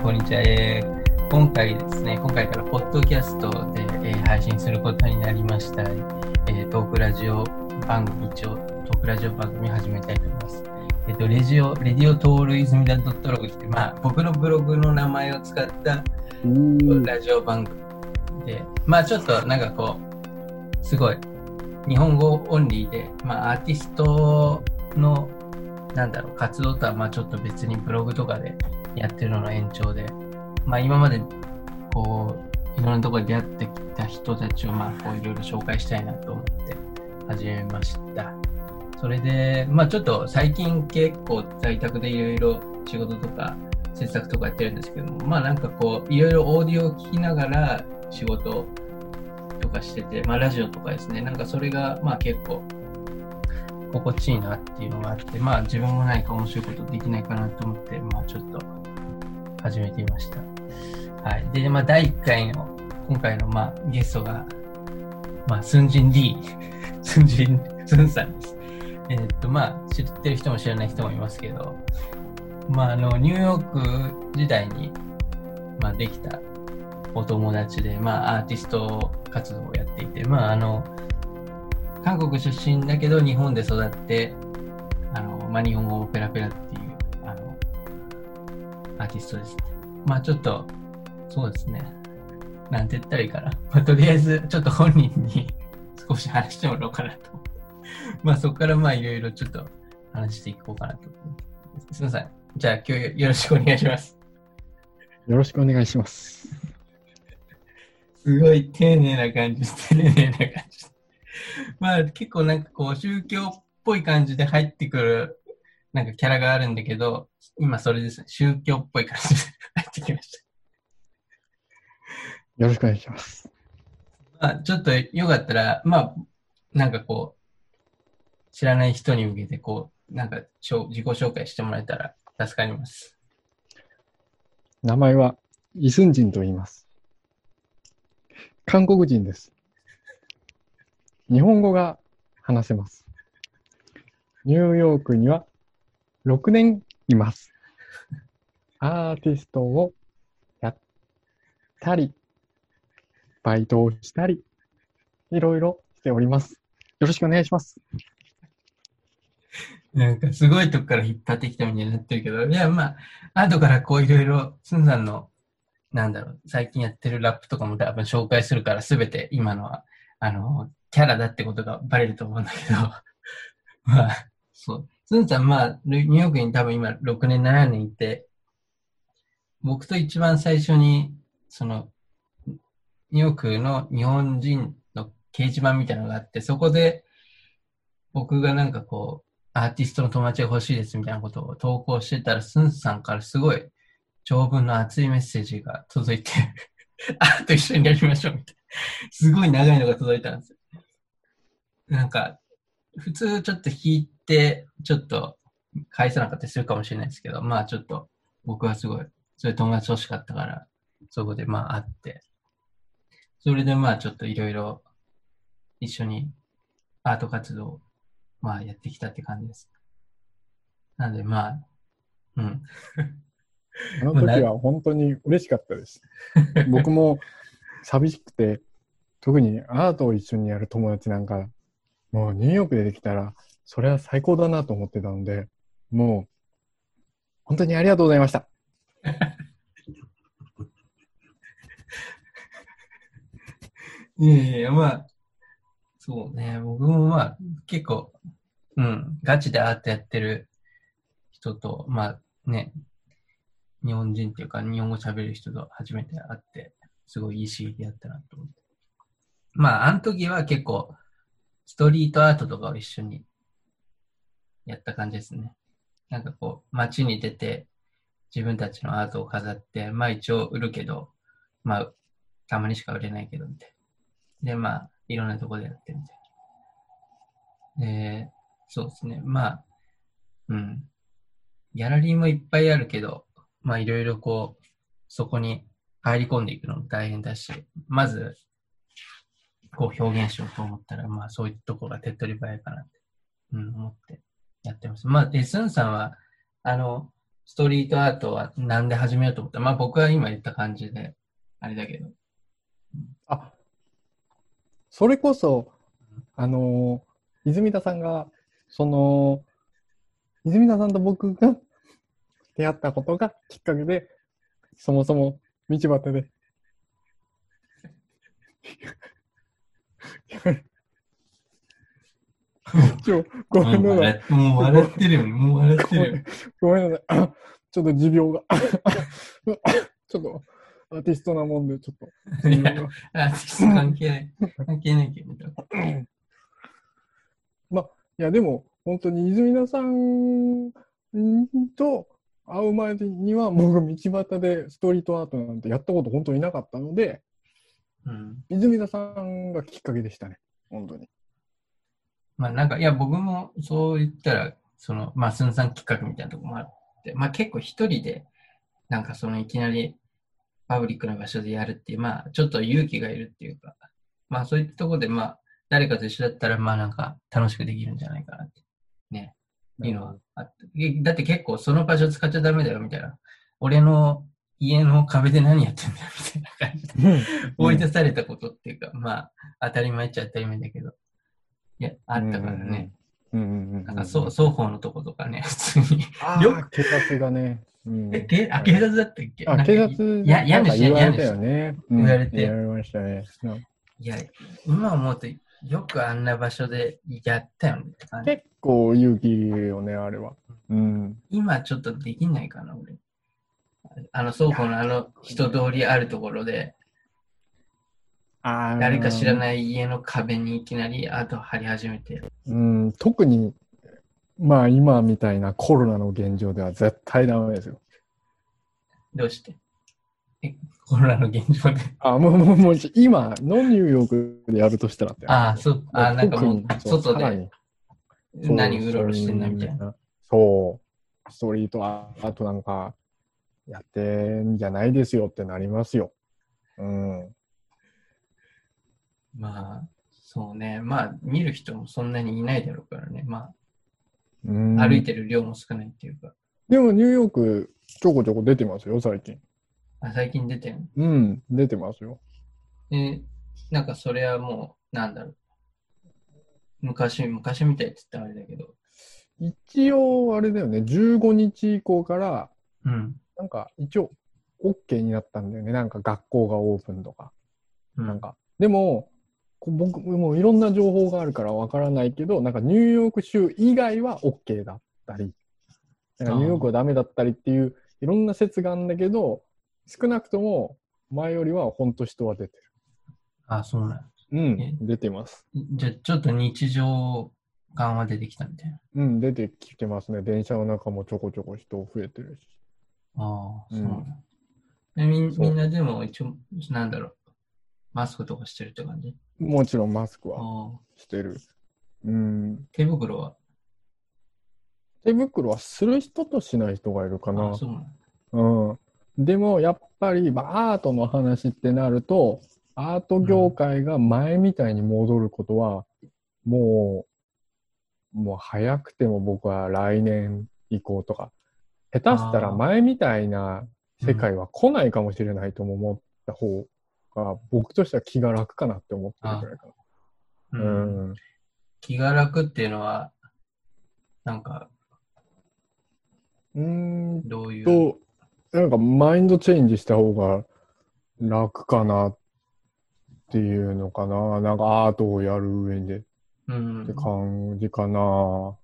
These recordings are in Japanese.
こんにちは。今回ですね、今回からポッドキャストで、配信することになりました。トークラジオ番組を始めたいと思います。レディオトールイズミダドットログって、僕のブログの名前を使ったラジオ番組で、ちょっとなんかこう、すごい日本語オンリーで、アーティストの活動とはちょっと別にブログとかでやってるのの延長で、今までこういろんなところで出会ってきた人たちをこういろいろ紹介したいなと思って始めました。それでちょっと最近結構在宅でいろいろ仕事とか制作とかやってるんですけども、なんかこういろいろオーディオを聞きながら仕事とかしてて、ラジオとかですね、なんかそれが結構心地いいなっていうのがあって、自分も何か面白いことできないかなと思って、ちょっと始めてみました。はい。で、第1回の今回のゲストがスンジン D スンさんです。知ってる人も知らない人もいますけど、ニューヨーク時代にできたお友達で、アーティスト活動をやっていて、韓国出身だけど日本で育って日本語もペラペラっていうアーティストですね。ちょっとそうですね、なんて言ったらいいかな、とりあえずちょっと本人に少し話してもらおうかなとそこからいろいろちょっと話していこうかなと。すみません、じゃあ今日よろしくお願いします。 よろしくお願いします。 すごい丁寧な感じ結構なんかこう宗教っぽい感じで入ってくるなんかキャラがあるんだけど、今それですね、宗教っぽい感じで入ってきました。 よろしくお願いします。 ちょっとよかったら、なんかこう、知らない人に向けてこう、なんか自己紹介してもらえたら助かります。 名前はイスンジンと言います。韓国人です。日本語が話せます。ニューヨークには6年います。アーティストをやったり、バイトをしたり、いろいろしております。よろしくお願いします。 なんかすごいとこから引っ張ってきたみたいになってるけど、いや後からこういろいろスンさんの最近やってるラップとかも多分紹介するから全て今のはキャラだってことがバレると思うんだけどそう。スンさんニューヨークに多分今6年7年いて、僕と一番最初にニューヨークの日本人の掲示板みたいなのがあって、そこで僕がなんかこうアーティストの友達が欲しいですみたいなことを投稿してたら、スンさんからすごい長文の熱いメッセージが届いてアート一緒にやりましょうみたいな、すごい長いのが届いたんですよ。なんか普通ちょっと引いてちょっと返さなかったりするかもしれないですけど、ちょっと僕はすごいそういう友達欲しかったから、そこで会って、それでちょっといろいろ一緒にアート活動をやってきたって感じです。なのでうん。 あの時は本当に嬉しかったです。僕も寂しくて、特にアートを一緒にやる友達なんか、もうニューヨークでできたら、それは最高だなと思ってたので、もう本当にありがとうございました。 いやそうね、僕も結構、ガチでアートやってる人と、日本人っていうか日本語喋る人と初めて会って、すごいいい刺激だったなと思って。あの時は結構、ストリートアートとかを一緒にやった感じですね。なんかこう、街に出て、自分たちのアートを飾って、一応売るけど、たまにしか売れないけど、みたいな。で、いろんなところでやってみたいな。で、そうですね。ギャラリーもいっぱいあるけど、いろいろこう、そこに入り込んでいくのも大変だし、まず、こう表現しようと思ったら、そういうところが手っ取り早いかなって、思ってやってます。スンさんは、 ストリートアートはなんで始めようと思った？まあ僕は今言った感じで、あれだけど。 あ、それこそ、泉田さんが、その、泉田さんと僕が出会ったことがきっかけで、そもそも道端でごめんなさい。 もう笑ってるよね。もう笑ってるよね。 ごめんなさい。ちょっと持病が。ちょっと、アーティストなもんで、ちょっと。 いや、アーティスト関係ない。関係ないけど。 まあ、いや、でも、本当に泉田さんと会う前には、僕、道端でストリートアートなんてやったこと本当になかったので、 うん。 泉田さんがきっかけでしたね。本当に。 まあなんか、いや、僕もそう言ったら、まあ、スンさん企画みたいなとこもあって、まあ結構一人で、なんかいきなりパブリックな場所でやるっていう、まあちょっと勇気がいるっていうか、まあそういったところで、まあ誰かと一緒だったら、まあなんか楽しくできるんじゃないかなって、ね、いうのはあって。だって結構その場所使っちゃダメだよみたいな。俺の家の壁で何やってんだよみたいな感じで追い出されたことっていうか、まあ当たり前っちゃ当たり前だけど、いや、あったからね。なんか双方のとことかね、普通に。 ああ、警察がね。 警察だったっけ？ あ、警察や、 なんか言われたやよね。 言われて。 言われましたね。 いや、今思うとよくあんな場所でやったよね。 結構勇気よね、あれは。 今ちょっとできないかな、俺。双方の人通りあるところで、誰か知らない家の壁にいきなりアート貼り始めて。 特に、まあ今みたいなコロナの現状では絶対ダメですよ。 どうして？コロナの現状で。 もう今のニューヨークでやるとしたらって。 なんかもう外で何うろうろしてんなみたいな。 そう、ストリートアートなんかやってんじゃないですよってなりますよ。 まあ、そうね。まあ、見る人もそんなにいないだろうからね。まあ、歩いてる量も少ないっていうか。 でもニューヨークちょこちょこ出てますよ、最近。 最近出てるの？出てますよ。 なんかそれはもう、なんだろう。昔みたいって言ったらあれだけど。 一応、あれだよね、15日以降から、なんか一応、OK になったんだよね。なんか学校がオープンとか。なんか、でも、僕もいろんな情報があるからわからないけど、なんかニューヨーク州以外は OK だったり、なんかニューヨークはダメだったりっていういろんな説があるんだけど、少なくとも前よりは本当人は出てる。 そうなん出てます。 じゃあちょっと日常感は出てきたみたいな。出てきてますね。電車の中もちょこちょこ人増えてるし。 そうなんみんなでも一応、なんだろう。マスクとかしてるって感じ？ もちろんマスクはしてる。 手袋は？ 手袋はする人としない人がいるかな。 そうなん。 でもやっぱり、アートの話ってなると、アート業界が前みたいに戻ることは、もう早くても僕は来年以降とか、下手したら前みたいな世界は来ないかもしれないとも思った方が、僕としては気が楽かなって思ってるくらいかな。 気が楽っていうのは、なんか、どういう？ なんかマインドチェンジした方が楽かなっていうのかな。なんかアートをやる上でって感じかな。も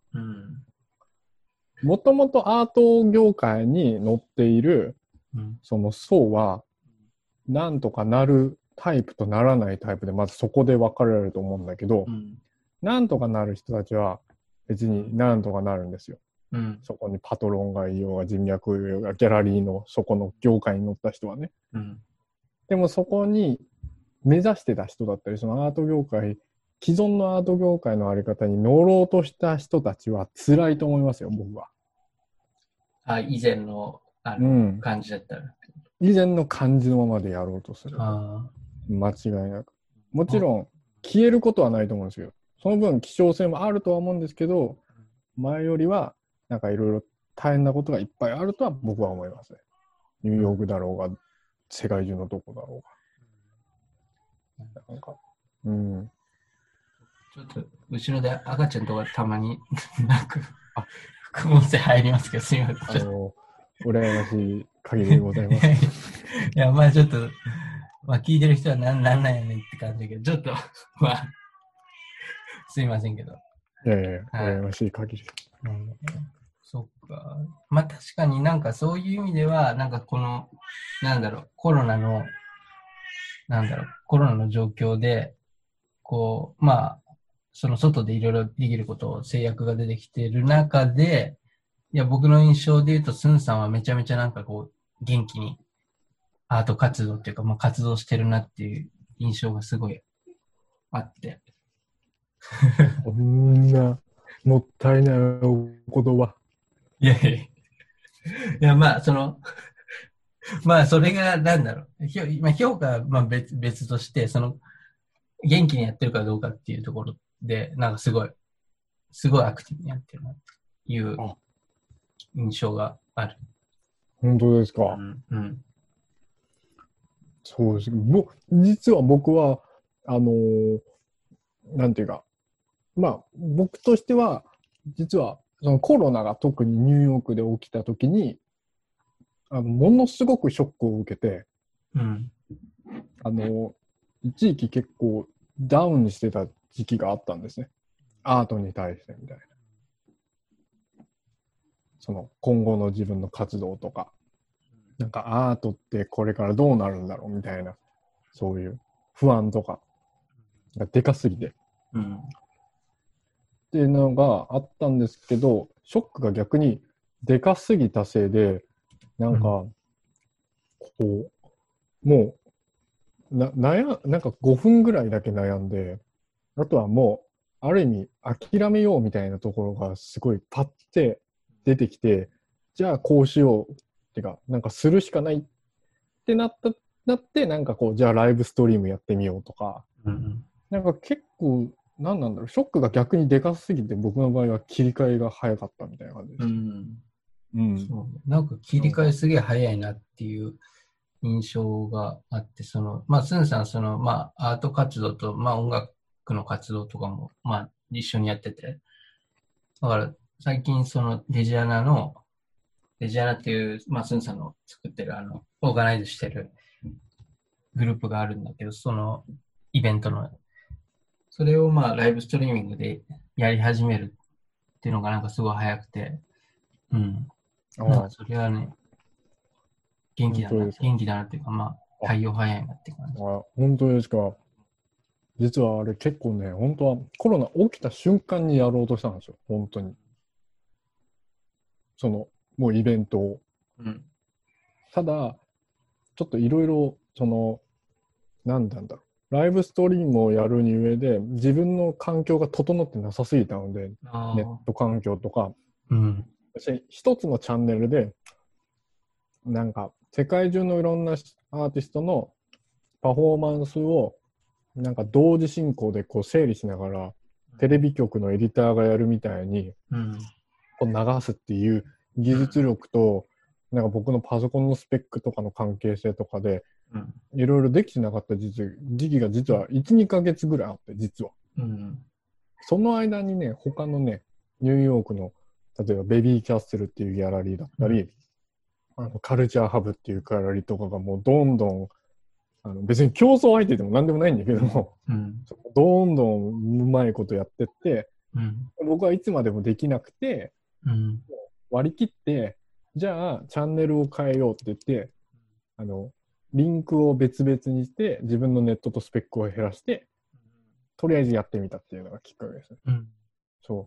ともとアート業界に載っているその層は、なんとかなるタイプとならないタイプで、まずそこで分かれると思うんだけど、なんとかなる人たちは別になんとかなるんですよ。そこにパトロンがいようが人脈いようがギャラリーのそこの業界に乗った人はね。でもそこに目指してた人だったり、そのアート業界、既存のアート業界のあり方に乗ろうとした人たちは辛いと思いますよ、僕は。 以前の感じだったら。 以前の感じのままでやろうとする。間違いなく。もちろん消えることはないと思うんですよ。その分希少性もあるとは思うんですけど、前よりはなんかいろいろ大変なことがいっぱいあるとは僕は思いますね。ニューヨークだろうが、世界中のどこだろうが。なんか、うん。 ちょっと、後ろで赤ちゃんとかたまに、なんか、副音声入りますけど、すみません。 羨ましい限りでございます。 いや、まあちょっと、まあ聞いてる人はなんやねんって感じだけど、ちょっと、まあ、すいませんけど。 いやいや、 はい羨ましい限り。 うん、そっか。まあ確かになんかそういう意味では、なんかこの、なんだろう、コロナの状況で、こう、まあ、その外でいろいろできることを制約が出てきている中で、いや、僕の印象で言うと、スンさんはめちゃめちゃなんかこう、元気にアート活動っていうか、まあ活動してるなっていう印象がすごいあって。 こんなもったいないお言葉。 いやいやいや、まあ、まあ、それが、なんだろう。まあ、評価はまあ別として、元気にやってるかどうかっていうところで、なんかすごいアクティブにやってるなっていうあ、 印象がある。 本当ですうか。 ん、うん、 そうです。実は僕は、あのーなんていうか、まあ、僕としては、実は、そのコロナが特にニューヨークで起きたときに、ものすごくショックを受けて、 うん、 一時期結構ダウンしてた時期があったんですね。アートに対してみたいな。その今後の自分の活動とか、なんかアートってこれからどうなるんだろうみたいな、そういう不安とかがでかすぎて。 うん、 っていうのがあったんですけど、ショックが逆にでかすぎたせいで、なんか、こう、もう、なんか5分ぐらいだけ悩んで、あとはもう、ある意味、諦めようみたいなところがすごいパッて出てきて、じゃあこうしようってか、なんかするしかないってなって、なんかこう、じゃあライブストリームやってみようとか、 うん、 なんか結構、なんなんだろう、ショックが逆にでかすぎて、僕の場合は切り替えが早かったみたいな感じでうす。 ん。 うん。 そうなんか切り替えすげえ早いなっていう印象があって、まあ、スンさん、まあ、アート活動と、まあ、音楽の活動とかも、まあ、一緒にやってて、だから、最近、デジアナっていう、まあ、スンさんの作ってる、オーガナイズしてるグループがあるんだけど、そのイベントの、それをまあ、ライブストリーミングでやり始めるっていうのがなんかすごい早くて、うん。 ああ、 なんかそれはね、 本当ですか。 元気だなっていうか、まあ、 あ、 対応早いなって感じ。 本当ですか。実はあれ結構ね、本当はコロナ起きた瞬間にやろうとしたんですよ。本当に。もうイベントを。 うん。 ただ、ちょっといろいろ、なんだろう。ライブストリームをやるに上で、自分の環境が整ってなさすぎたので、ネッああ、 ト環境とか、 うん。 私一つのチャンネルで、なんか、世界中のいろんなアーティストのパフォーマンスを、なんか同時進行でこう整理しながら、テレビ局のエディターがやるみたいに、 うん。 こう流すっていう技術力と、なんか僕のパソコンのスペックとかの関係性とかで、 うん。 いろいろできてなかった時期が実は1、2ヶ月ぐらいあって、実は。 うん。 その間にね、他のね、ニューヨークの、例えばベビーキャッスルっていうギャラリーだったり、カルチャーハブっていうギャラリーとかがもうどんどん、別に競争相手でも何でもないんだけども、 うん。 どんどんうまいことやってって、 うん。 僕はいつまでもできなくて、 うん。 割り切って、じゃあチャンネルを変えようって言って、リンクを別々にして、自分のネットとスペックを減らして、とりあえずやってみたっていうのがきっかけですね。 うん。 そう。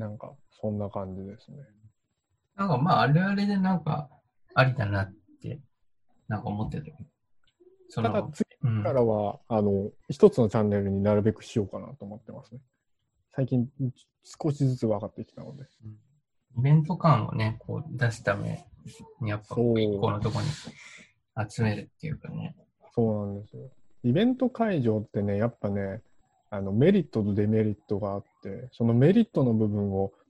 なんか、そんな感じですね。 なんかまあ、あれあれでなんか、ありだなって、なんか思ってる。 ただ、次かうん。 らは、一つのチャンネルになるべくしようかなと思ってますね。最近、少しずつ分かってきたので。 イベント感をね、こう出すために、やっぱ一個のとこに集めるっていうかね。 そうなんですよ。イベント会場ってね、やっぱね、メリットとデメリットがあって、そのメリットの部分を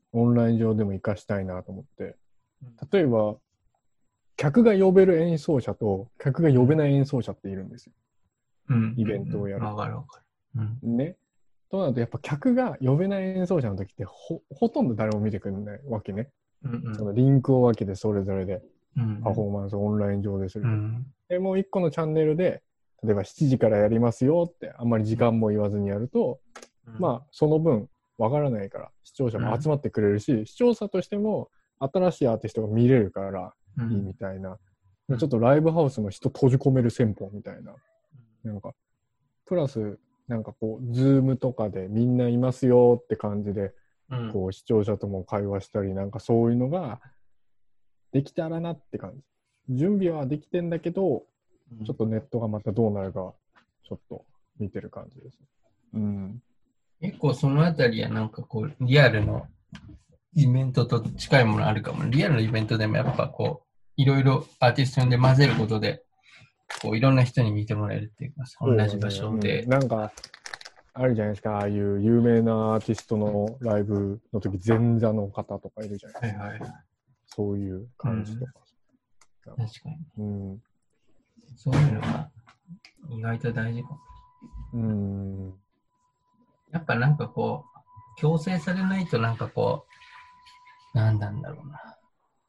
オンライン上でも活かしたいなと思って、例えば、客が呼べる演奏者と客が呼べない演奏者っているんですよ。イベントをやる。 わかるわかる。 ね。となると、やっぱ客が呼べない演奏者の時ってほとんど誰も見てくれないわけね。そのリンクを分けてそれぞれでパフォーマンスをオンライン上でする。で、もう一個のチャンネルで、例えば7時からやりますよって、あんまり時間も言わずにやると、まあ、その分、わからないから、視聴者も集まってくれるし、視聴者としても、新しいアーティストが見れるからいいみたいな、ちょっとライブハウスの人閉じ込める戦法みたいな、なんか、プラス、なんかこう、ズームとかでみんないますよって感じで、こう、視聴者とも会話したり、なんかそういうのができたらなって感じ。準備はできてんだけど、ちょっとネットがまたどうなるか、ちょっと見てる感じです。 結構そのあたりはなんかこう、リアルのイベントと近いものあるかも。リアルのイベントでもやっぱこう、いろいろアーティストで混ぜることで、こういろんな人に見てもらえるっていうか、同じ場所で。 なんか、あるじゃないですか、ああいう有名なアーティストのライブの時、前座の方とかいるじゃないですか。そういう感じとか。 確かに。そういうのが意外と大事かも。やっぱなんかこう、強制されないとなんかこう、なんだんだろうな。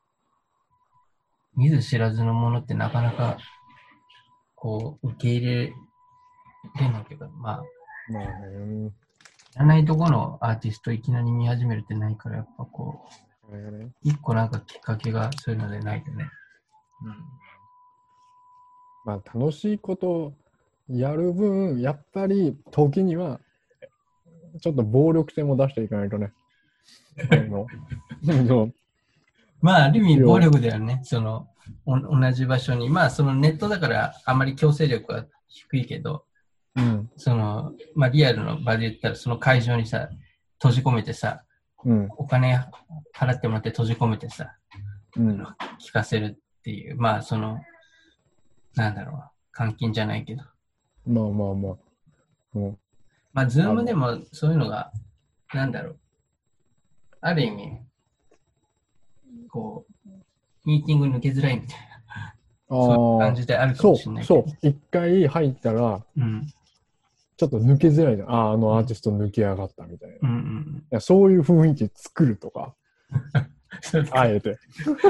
見ず知らずのものってなかなか、こう、受け入れれないけど、まあ、知らないところのアーティストいきなり見始めるってないから、やっぱこう、一個なんかきっかけがそういうのでないとね。 まあ、楽しいことやる分、やっぱり時には、ちょっと暴力性も出していかないとね。 まあ、ある意味暴力だよね。その、同じ場所に。まあ、そのネットだからあまり強制力は低いけど、その、まあ、リアルの場で言ったら、その会場にさ、閉じ込めてさ、お金払ってもらって閉じ込めてさ、聞かせるっていう、まあ、その、なんだろう、監禁じゃないけど。まあ、ズームでもそういうのが、なんだろう、ある意味、こう、ミーティング抜けづらいみたいな、そういう感じであるかもしれないけど。 そう、一回入ったら、ちょっと抜けづらいじゃん。あのアーティスト抜け上がったみたいな。そういう雰囲気作るとか、あえて。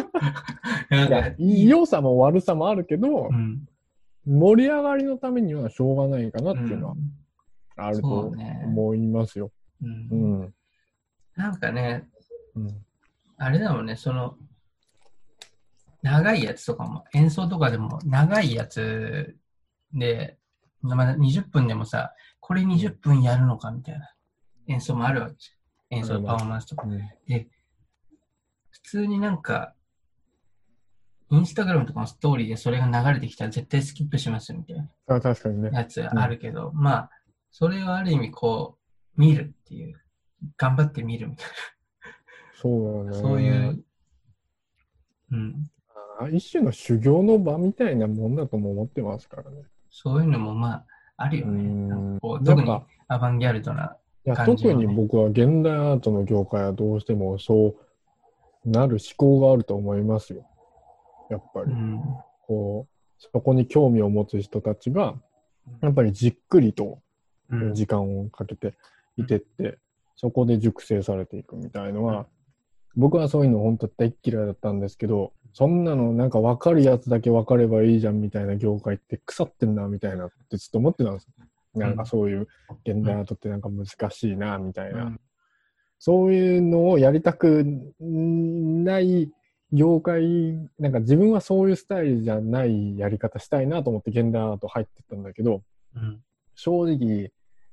良さも悪さもあるけど、盛り上がりのためにはしょうがないかなっていうのはあると思いますよ。 なんかね、あれだもんね、その、長いやつとかも、演奏とかでも長いやつで、まあ、20分でもさ、これ20分やるのかみたいな演奏もあるわけじゃん。演奏パフォーマンスとか。で、普通になんか、インスタグラムとかのストーリーでそれが流れてきたら絶対スキップしますよみたいな確かにね。 やつあるけど、まあ、それをある意味こう、見るっていう、頑張って見るみたいな。 そうだね。 そういう、 一種の修行の場みたいなもんだとも思ってますからね。 そういうのもまあ、あるよね。特にアバンギャルドな感じ、 特に僕は現代アートの業界はどうしてもそうなる思考があると思いますよ。やっぱり。そこに興味を持つ人たちが、やっぱりじっくりと時間をかけていてって、そこで熟成されていくみたいのは、僕はそういうの本当大嫌いだったんですけど、そんなのなんか分かるやつだけ分かればいいじゃんみたいな業界って腐ってんなみたいなってずっと思ってたんですよ。なんかそういう現代アートってなんか難しいなみたいな。そういうのをやりたくない業界、なんか自分はそういうスタイルじゃないやり方したいなと思って現代アート入ってったんだけど、正直、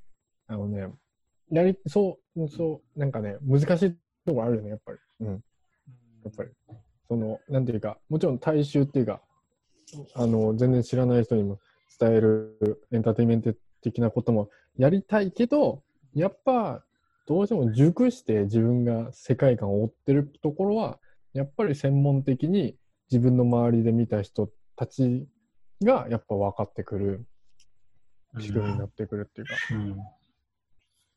なんかね、難しいところあるよね、やっぱり。やっぱり。なんていうか、もちろん大衆っていうか、全然知らない人にも伝えるエンターテインメント的なこともやりたいけど、やっぱ、どうしても熟して自分が世界観を追ってるところは、やっぱり専門的に自分の周りで見た人たちがやっぱ分かってくる仕組みになってくるっていうか。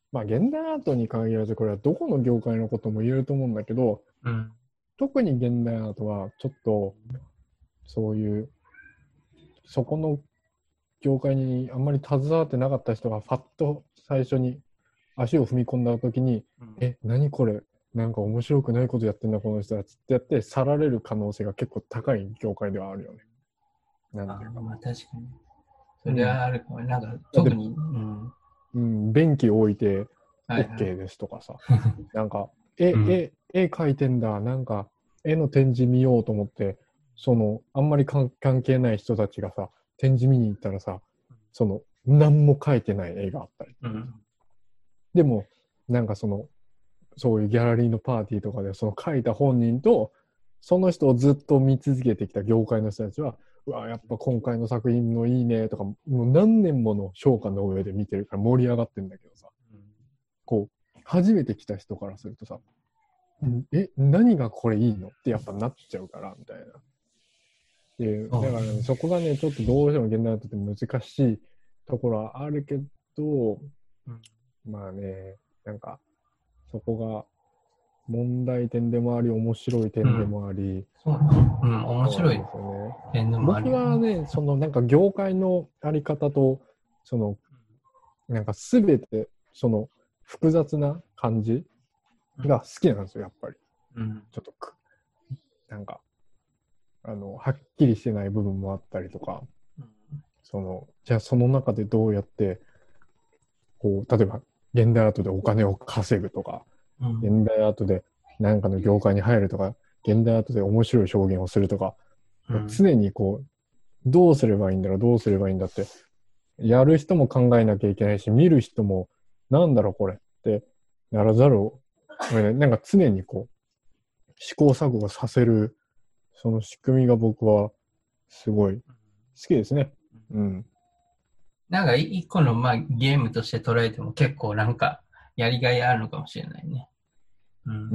まあ現代アートに限らず、これはどこの業界のことも言えると思うんだけど、 うん。 特に現代アートはちょっとそういうそこの業界にあんまり携わってなかった人がファッと最初に足を踏み込んだ時に、何これ、なんか面白くないことやってんだこの人たちってやって去られる可能性が結構高い業界ではあるよね。なんていうか。 まあ確かに。それはあるかも。なんかだって特に、 便器置いてはいはい。 OK ですとかさ、なんかうん。 絵描いてんだ、なんか絵の展示見ようと思って、あんまり関係ない人たちがさ、展示見に行ったらさ、何も描いてない絵があったり。 うん。 でも、なんかそういうギャラリーのパーティーとかで、描いた本人と、その人をずっと見続けてきた業界の人たちは、うわ、やっぱ今回の作品のいいねとか、もう何年もの評価の上で見てるから盛り上がってんだけどさ、初めて来た人からするとさ、何がこれいいのってやっぱなっちゃうから、みたいな。だからね、そこがね、ちょっとどうしても現代アートって難しいところはあるけど、まあね、なんか、そこが問題点でもあり、面白い点でもあり、 そう面白い点でもある僕よね。 はね、なんか業界のあり方と、なんかすべて、複雑な感じが好きなんですよ、やっぱり。ちょっとなんか、はっきりしてない部分もあったりとか、じゃあその中でどうやって、例えば、現代アートでお金を稼ぐとか、現代アートで何かの業界に入るとか、現代アートで面白い表現をするとか、常にどうすればいいんだろう、どうすればいいんだって、やる人も考えなきゃいけないし、見る人も、なんだろうこれってやらざるを、なんか常に試行錯誤させる、その仕組みが僕はすごい好きですね。うん。 なんか一個のゲームとして捉えても結構なんかやりがいあるのかもしれないね。 うん。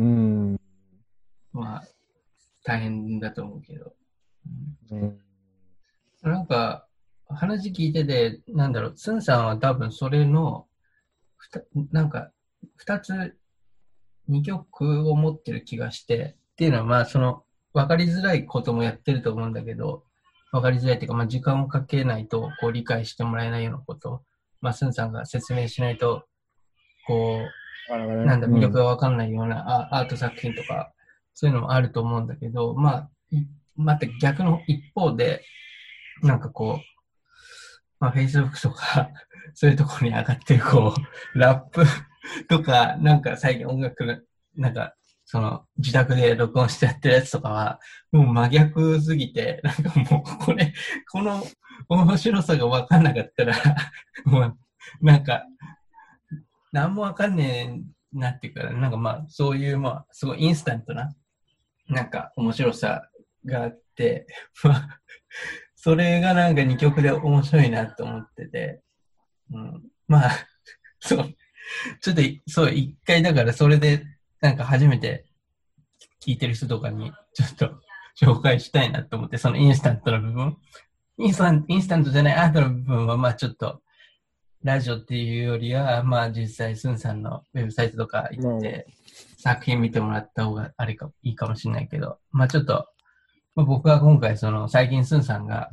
まあ大変だと思うけど。 うん。 なんか話聞いてて、なんだろう、スンさんは多分それのなんか二つ、二曲を持ってる気がして、っていうのは分かりづらいこともやってると思うんだけど、分かりづらいっていうか、時間をかけないと理解してもらえないようなこと、スンさんが説明しないと、魅力がわかんないようなアート作品とか、そういうのもあると思うんだけど、また逆の一方で、なんかFacebook とか、そういうところに上がってる、ラップとか、なんか最近音楽の、なんか、自宅で録音してやってるやつとかは、もう真逆すぎて、なんかもう、この面白さがわかんなかったら、もう、なんか、なんもわかんねえなっていうか、なんかそういうすごいインスタントな、なんか面白さがあって、それがなんか二曲で面白いなと思ってて、そう、ちょっと、そう、一回だからそれで、なんか初めて聞いてる人とかに、ちょっと紹介したいなと思って、そのインスタントの部分、インスタントじゃないアートの部分は、ちょっと、ラジオっていうよりは、実際、スンさんのウェブサイトとか行って、作品見てもらった方がいいかもしれないけど、ちょっと、僕は今回、最近スンさんが、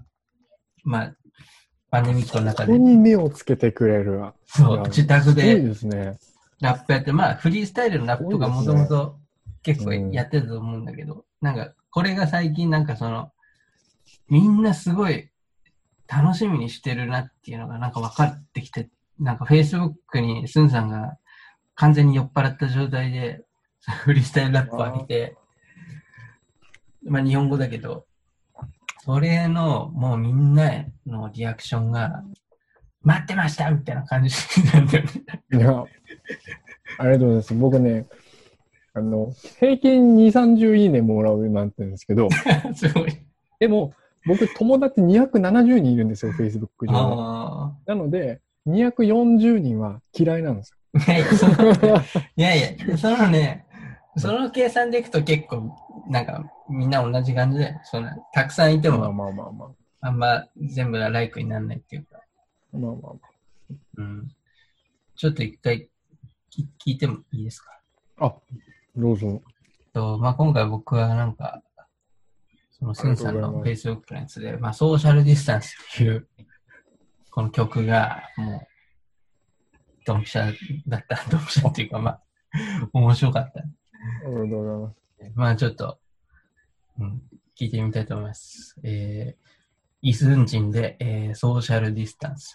パンデミックの中で。 人に目をつけてくれるわ。 そう、自宅で。 すごいですね。 ラップやって、フリースタイルのラップとかもともと結構やってたと思うんだけど、なんか、これが最近なんかみんなすごい楽しみにしてるなっていうのがなんか分かってきて、なんか Facebook にスンさんが完全に酔っ払った状態でフリースタイルラップを上げて、日本語だけど、それのもうみんなのリアクションが、待ってましたみたいな感じなんだよね。 いや、ありがとうございます。僕ね、平均2、30いいねもらうようになってるんですけど、 すごい。 でも、僕、友達270人いるんですよ、Facebook 上。なので、240人は嫌いなんですよ。 いやいや、そのね、その計算でいくと結構、なんか、みんな同じ感じで、たくさんいても、あんま全部がライクにならないっていうか。ちょっと一回、 聞いてもいいですか？ あ、どうぞ。 今回僕はなんか、そのありがとスンさんのうございます。 Facebook のやつで、ソーシャルディスタンスっていう、この曲が、もう、ドンピシャだった。ドンピシャっていうか、面白かった。 ありがとうございます。 ちょっと、聞いてみたいと思います。イスン人で、ソーシャルディスタンス。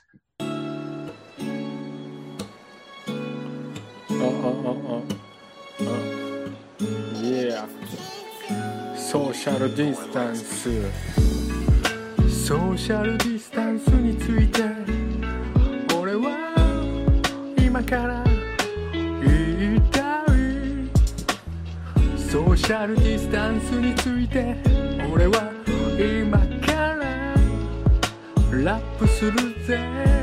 Yeah。ソーシャルディスタンス。ソーシャルディスタンスについて、俺は今から言いたい。ソーシャルディスタンスについて、俺は今からラップするぜ。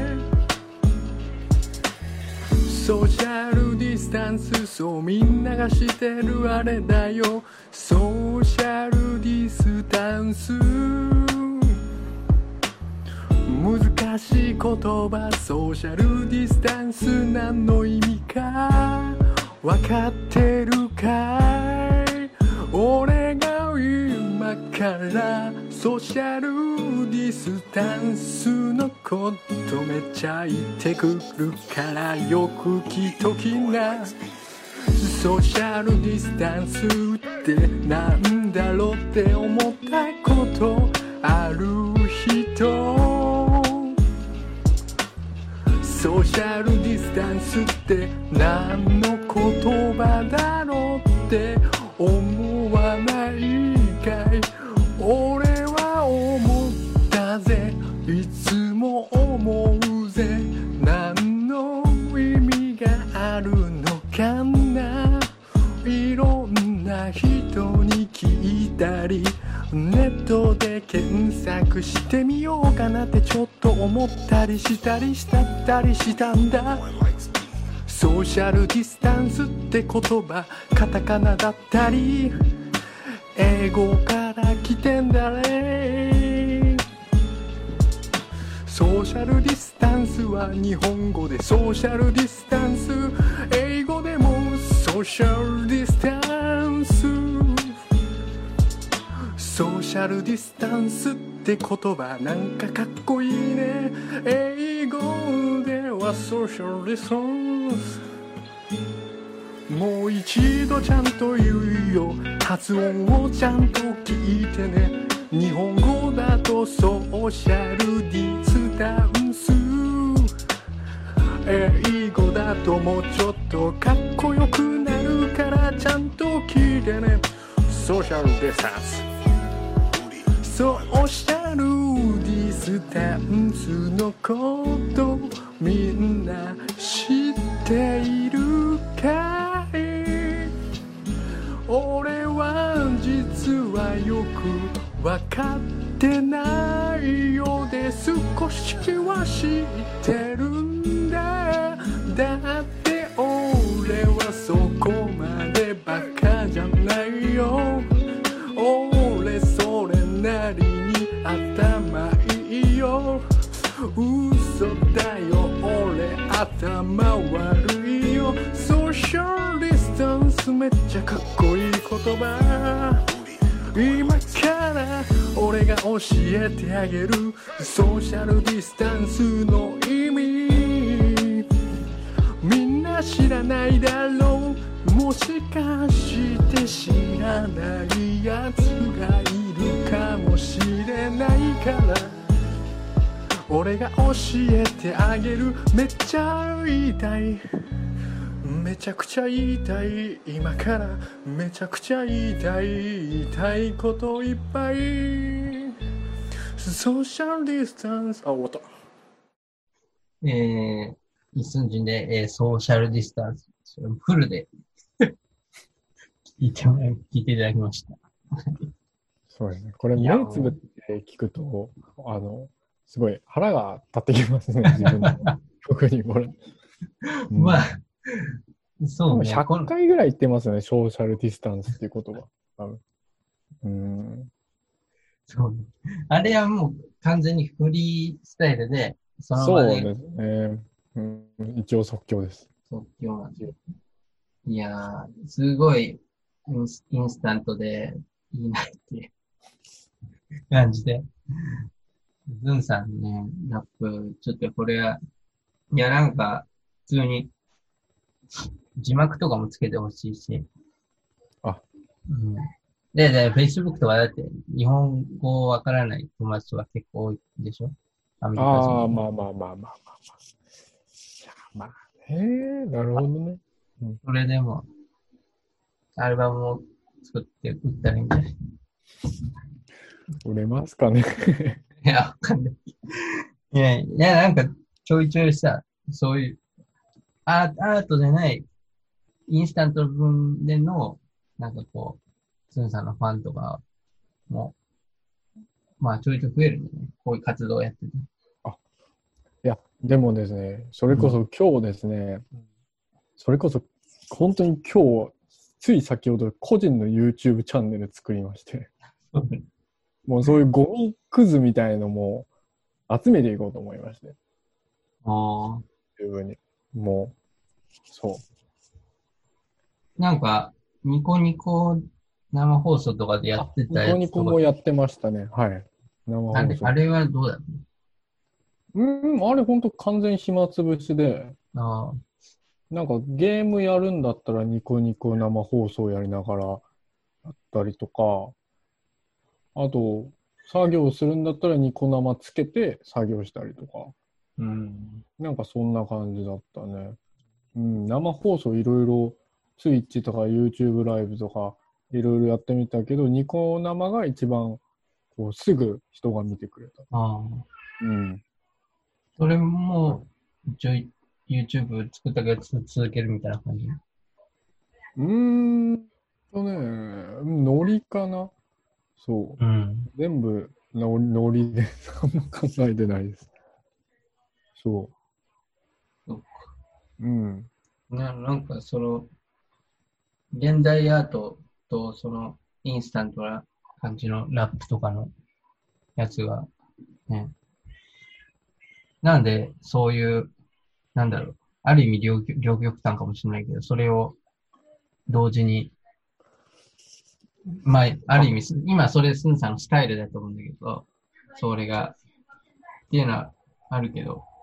ソーシャルディスタンス、そうみんなが知ってるあれだよ。ソーシャルディスタンス、難しい言葉。ソーシャルディスタンス何の意味か分かってるかい？俺が今からソーシャルディスタンスのことめっちゃ言ってくるからよく聞いときな。ソーシャルディスタンスってなんだろうって思ったことある人、ソーシャルディスタンスって何の言葉だろうって思わないかい？俺は思ったぜ、いつも思うぜ。何の意味があるのかな。いろんな人に聞いたり、ネットで検索してみようかなってちょっと思ったりしたりしたんだ。ソーシャルディスタンスって言葉、カタカナだったり英語から来てんだね。ソーシャルディスタンスは日本語でソーシャルディスタンス、英語でもソーシャルディスタンス。ソーシャルディスタンスって言葉なんかかっこいいね。英語ではソーシャルディスタンス。もう一度ちゃんと言うよ、発音をちゃんと聞いてね。日本語だとソーシャルディスタンス、英語だともうちょっとかっこよくなるからちゃんと聞いてね。ソーシャルディスタンス、ソーシャルディスタンスのことみんな知っているかい？俺は実はよく分かってないようで少しは知ってるんだ。だって俺はそこまでバカじゃないよ。俺それなりに頭いいよ。嘘だよ俺頭悪いよ。ソーシャルディスタンスめっちゃかっこいい言葉。今から俺が教えてあげる。ソーシャルディスタンスの意味みんな知らないだろう。もしかして知らないやつがいるかもしれないから俺が教えてあげる。めっちゃ言いたい、めちゃくちゃ言いたい。今からめちゃくちゃ言いたいこといっぱい。ソーシャルディスタンス、あ、終わった。 イスン人で、ソーシャルディスタンス、フルで聞いていただきました。 そうですね。これ目つぶって聞くと、すごい腹が立ってきますね、自分の曲にこれ。 そうね。 100回ぐらい言ってますよね、ソーシャルディスタンスっていう言葉。 そうね。あれはもう完全にフリースタイルで、 そうですね。一応即興です。 即興なんですよ。いやー、すごいインスタントでいいなっていう感じで。ズンさんね、ラップ、ちょっとこれは、いや、なんか、普通に字幕とかもつけてほしいし、 あ、 うん。Facebook とかだって日本語わからない友達とか結構多いでしょ？アメリカ人ああ、 で。 まあまあまあまあまあまあ。いや、まあ、へえ、なるほどね。うん、 それでも、アルバムを作って売ったらいいんじゃない？ 売れますかね。 いや、わかんない。なんか、ちょいちょいさ、そういうアートじゃない、インスタント分での、なんかこう、ズンさんのファンとかも、まあ、ちょいちょい増えるんだよね。こういう活動をやってて。 あ、いや、でもですね、それうん。 こそ今日ですね、それこそ本当に今日、つい先ほど個人の YouTube チャンネル作りまして、 そうね。 もうそういうゴミくずみたいのも集めていこうと思いまして、 ああ、 自分に。もう、そう。 なんか、ニコニコ生放送とかでやっあ、 てたニコやつとか、 ニコもやってましたね。はい。生あ放送。 れはどうだっあれ本当完全暇つぶしで、 た？ああ、 なんかゲームやるんだったらニコニコ生放送やりながらやったりとか、あと、作業するんだったらニコ生つけて作業したりとか、 うん。 なんかそんな感じだったね。うん、生放送いろいろ、Twitch とか YouTube ライブとかいろいろやってみたけど、ニコ生が一番こうすぐ人が見てくれた。 ああ、 うん。 それも、一応 YouTube 作ったけど続けるみたいな感じ？ うーんノリかな。そうん。 う。全部ノリであんま考えてないです。そそう。うん。 うなんか現代アートとインスタントな感じのラップとかのやつが、ね、なんでそういう、なんだろう、ある意味両極端かもしれないけど、それを同時に、まあ、ある意あ、 味、今それスンさんのスタイルだと思うんだけど、それが、っていうのはあるけど、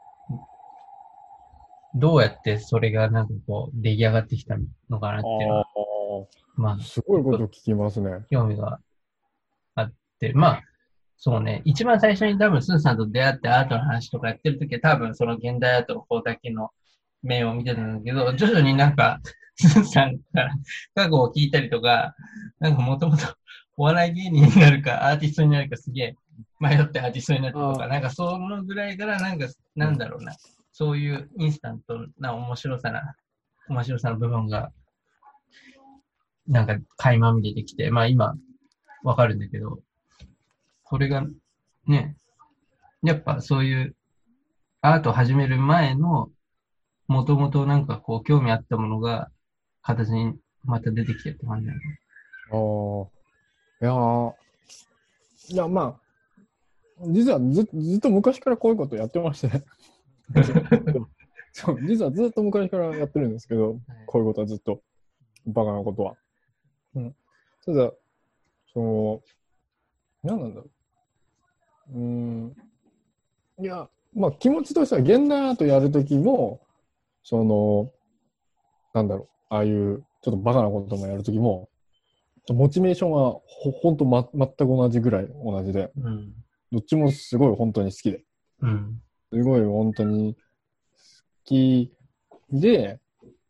どうやってそれがなんかこう出来上がってきたのかなっていうのあは、まあ、 すごいこと聞きますね。 興味があって、まあ、そうね、一番最初に多分スンさんと出会ってアートの話とかやってるときは多分その現代アートの方だけの面を見てたんだけど、徐々になんか、スンさんから過去を聞いたりとか、なんかもともとお笑い芸人になるかアーティストになるかすげえ迷ってアーティストになったとか、 あなんかそのぐらいからなんか、 うん。 なんだろうな、そういうインスタントな面白さの部分がなんか垣間見えてきて、まあ今わかるんだけど、それがね、やっぱそういうアートを始める前の、もともとなんかこう興味あったものが形にまた出てきてって感じだよね。 ああ、いやー、いや、まあ、実はずっと昔からこういうことやってましてね。そう、実はずっと昔からやってるんですけど、 はい。 こういうことはずっと、バカなことは。うん。ただ、その、何なんだろう。いや、まあ気持ちとしては現代アートやるときも、その、なんだろう、ああいうちょっとバカなこともやるときも、モチベーションはほんと、全く同じぐらい同じで、 うん。 どっちもすごい本当に好きで、 うん。 すごい本当に好きで、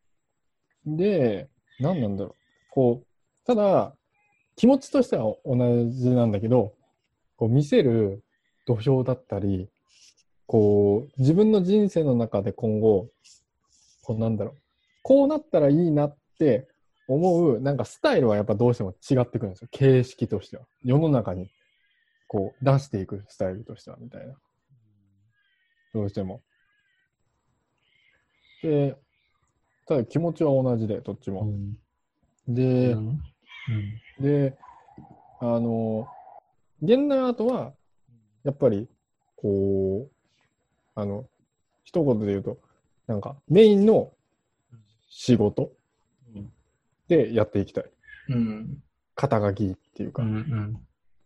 何なんだろう。こう、ただ、気持ちとしては同じなんだけど、こう見せる土俵だったり、こう、自分の人生の中で今後、こうなんだろう、こうなったらいいなって思う、なんかスタイルはやっぱどうしても違ってくるんですよ。形式としては。世の中にこう出していくスタイルとしては、みたいな。どうしても。で、ただ気持ちは同じで、どっちも。 うん。なるほで、 どね。 で、あの、現代アートは、やっぱり、こう、一言で言うと、なんか、メインの仕事でやっていきたい。 うん。 肩書きっていうか。 うん。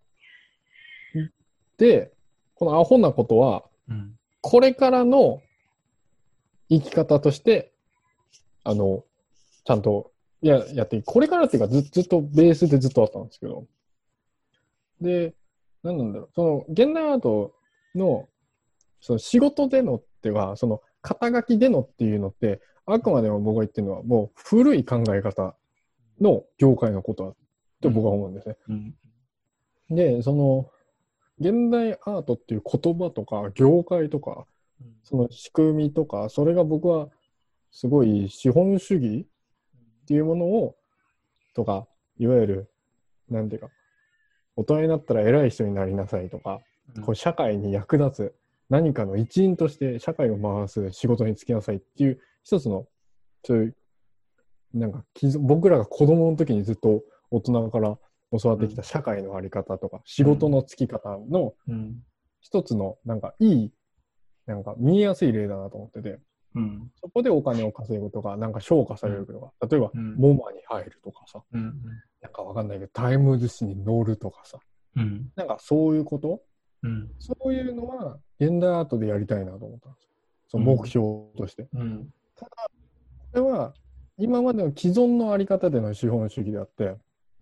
で、このアホなことは、 うん。 これからの生き方として、ちゃんと、やっていく。これからっていうかずっとベースでずっとあったんですけど。で、何なんだろう。その、現代アートの、その仕事でのっては、その、肩書きでのっていうのって、あくまでも僕が言ってるのは、もう古い考え方の業界のことだと僕は思うんですね。で、その、現代アートっていう言葉とか、業界とか、その仕組みとか、それが僕はすごい資本主義っていうものを、とか、いわゆる、なんていうか、大人になったら偉い人になりなさいとか、こう社会に役立つ何かの一員として社会を回す仕事に就きなさいっていう一つの、そういう、なんか僕らが子供の時にずっと大人から教わってきた社会のあり方とか、仕事のつき方の一つの、なんかいい、なんか見えやすい例だなと思ってて、そこでお金を稼ぐとか、なんか昇華されるとか、例えば、モマに入るとかさ、なんかわかんないけど、タイムズ紙に乗るとかさ、なんかそういうこと、そういうのは現代アートでやりたいなと思ったんですよ。その目標として。ただ、これは今までの既存のあり方での資本主義であって、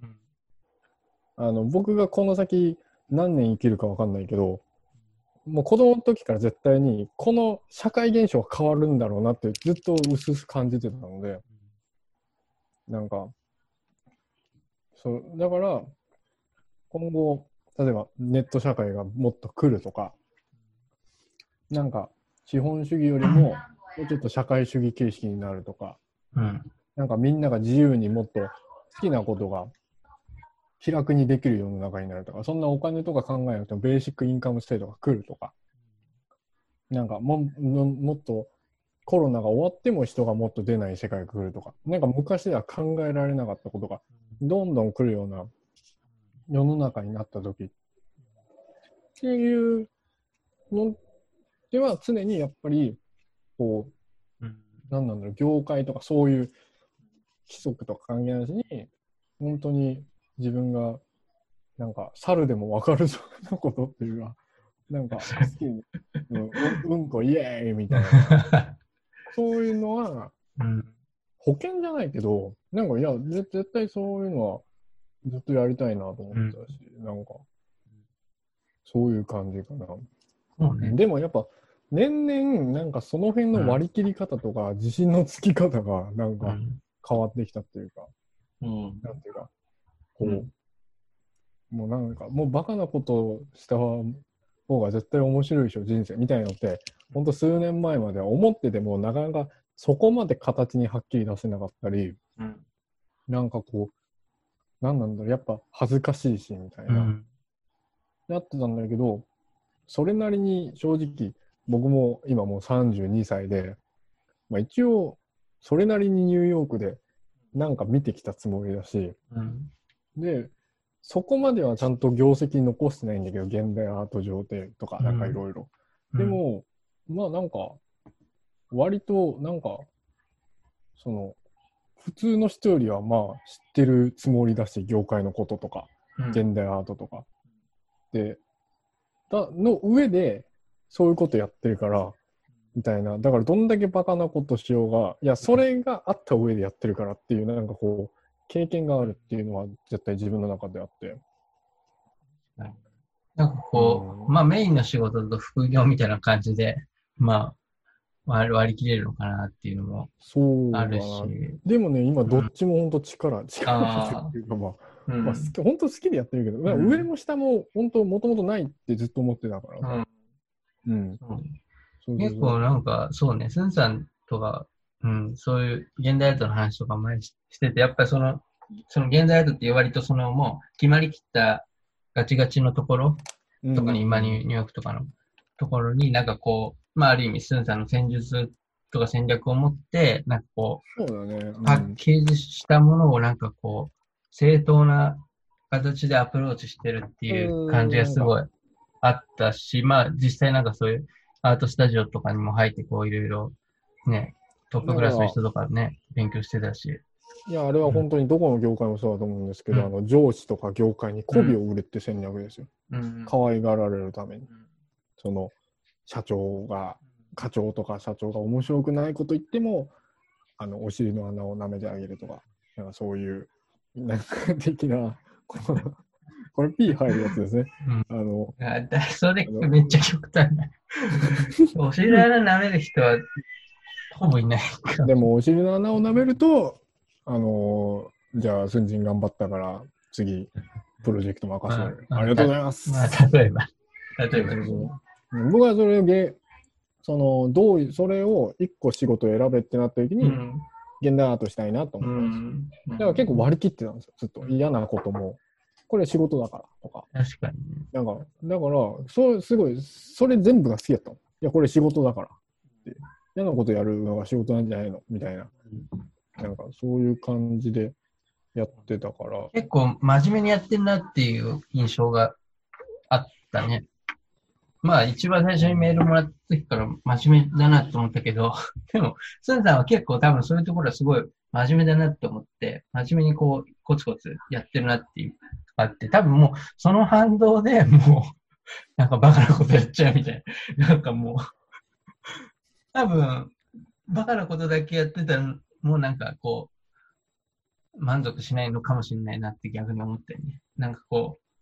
僕がこの先何年生きるかわかんないけど、もう子供の時から絶対にこの社会現象は変わるんだろうなってずっと薄々感じてたので、なんか、だから、今後、例えばネット社会がもっと来るとか、なんか資本主義よりももうちょっと社会主義形式になるとか、なんかみんなが自由にもっと好きなことが気楽にできる世の中になるとか、そんなお金とか考えなくてもベーシックインカム制度が来るとか、なんかもっとコロナが終わっても人がもっと出ない世界が来るとか、なんか昔では考えられなかったことがどんどん来るような世の中になった時っていうのでは常にやっぱりこう、何なんだろう、業界とかそういう規則とか関係なしに本当に自分がなんか猿でも分かるぞのことっていうか、なんか好きにうんこイエーイみたいなそういうのは、保険じゃないけど、なんかいや絶対そういうのはずっとやりたいなと思ってたし、なんかそういう感じかな。でもやっぱ年々なんかその辺の割り切り方とか自信のつき方がなんか変わってきたっていうか、なんていうかこう、もうなんかもうバカなことをした方が絶対面白いでしょ人生みたいなのってほんと数年前までは思っててもなかなかそこまで形にはっきり出せなかったり、なんかこうなんなんだろうやっぱ恥ずかしいしみたいな、なってたんだけど、それなりに正直僕も今もう32歳で、まあ、一応それなりにニューヨークでなんか見てきたつもりだし、でそこまではちゃんと業績残してないんだけど現代アート上でとかなんかいろいろでもまあなんか割となんかその普通の人よりはまあ知ってるつもりだし業界のこととか現代アートとかでの上でそういうことやってるからみたいな、だからどんだけバカなことしようがいやそれがあった上でやってるからっていうなんかこう経験があるっていうのは絶対自分の中であって、 なんかこう、まあメインの仕事と副業みたいな感じで、まあ割り切れるのかなっていうのもあるし。 でもね、今どっちも本当力っていうかまあ、本当好きでやってるけど、上も下も本当もともとないってずっと思ってたから。 結構なんかそうね、スンさんとか、そういう現代アートの話とか前にしてて、やっぱりその現代アートって割とそのもう決まりきったガチガチのところとかに、今ニューヨークとかのところになんかこう、まあある意味スンさんの戦術とか戦略を持って、なんかこう、パッケージしたものをなんかこう、正当な形でアプローチしてるっていう感じがすごいあったし、まあ実際なんかそういうアートスタジオとかにも入ってこういろいろね、トップクラスの人とかね、 勉強してたし。 いや、あれは本当にどこの業界もそうだと思うんですけど、上司とか業界に媚びを売るって戦略ですよ。可愛がられるために。その、課長とか社長が面白くないこと言っても、お尻の穴を舐めてあげるとか、なんかそういう、なんか的な、これ P 入るやつですね。 それめっちゃ極端だ。お尻の穴舐める人はほぼいないから。 でもお尻の穴を舐めると、じゃあ、スンジン頑張ったから、次、プロジェクト任せる。ありがとうございます。 例えば。 僕はそれをそれを一個仕事を選べってなった時に、現代アートしたいなと思ったんですよ。だから結構割り切ってたんですよ。ずっと嫌なことも、これ仕事だからとか。 確かに。 だから、すごい、それ全部が好きだったの。いや、これ仕事だからって。嫌なことやるのが仕事なんじゃないのみたいな。なんかそういう感じでやってたから。 結構真面目にやってんなっていう印象があったね。まあ一番最初にメールもらった時から真面目だなと思ったけど、でも、スンさんは結構多分そういうところはすごい真面目だなって思って、真面目にこう、コツコツやってるなっていうあって、多分もうその反動でもう、なんかバカなことやっちゃうみたいな。なんかもう、多分、バカなことだけやってたら、もうなんかこう、満足しないのかもしれないなって逆に思ったよね。なんかこう、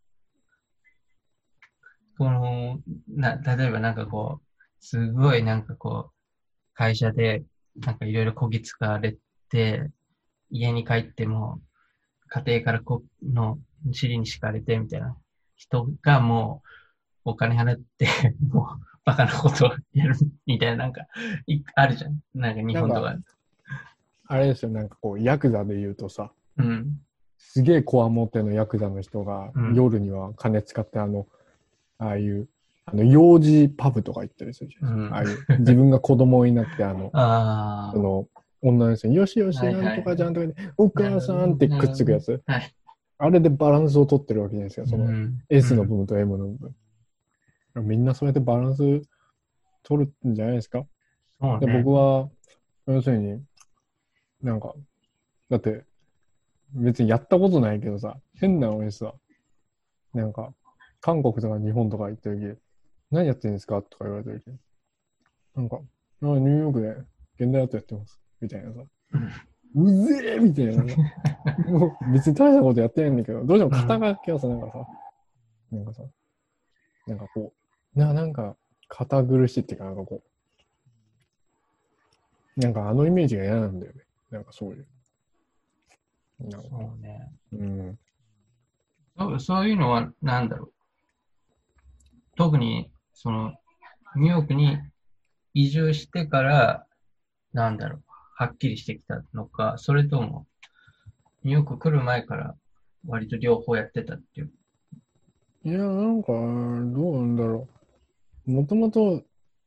例えばなんかこう、すごいなんかこう、会社でなんかいろいろこぎ使われて、家に帰っても、家庭からの尻に敷かれてみたいな人がもう、お金払って、もう、バカなことをやるみたいななんか、あるじゃん。なんか日本とか。 あれですよ、なんかこう、ヤクザで言うとさ、すげえこわもてのヤクザの人が、夜には金使って、ああいう、幼児パブとか行ったりするじゃん。ああいう、自分が子供になって、女の人に、よしよし、なんとかじゃんとかで、お母さんってくっつくやつ。あれでバランスを取ってるわけじゃないですか、その S の部分と M の部分。みんなそうやってバランス取るんじゃないですか。で僕は、要するに、なんか、だって、別にやったことないけどさ、変なのにさ、なんか、韓国とか日本とか行った時、何やってるんですかとか言われた時、なんか、ニューヨークで現代アートやってます。みたいなさ。うぜえみたいな。もう別に大したことやってないんだけど、どうしても肩書きはさ、なんかこう、なんか、堅苦しいっていうか、なんかこう、なんかあのイメージが嫌なんだよね。なんかそういう。 そうね。 うん。 そういうのは何だろう。特に、ニューヨークに移住してから、なんだろう、はっきりしてきたのか、それとも、ニューヨーク来る前から割と両方やってたっていう。 いや、なんか、どうなんだろう。もともと、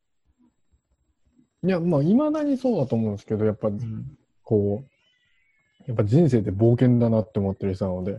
いや、まあ、未だにそうだと思うんですけど、やっぱ、こう、やっぱ人生って冒険だなって思ってる人なので、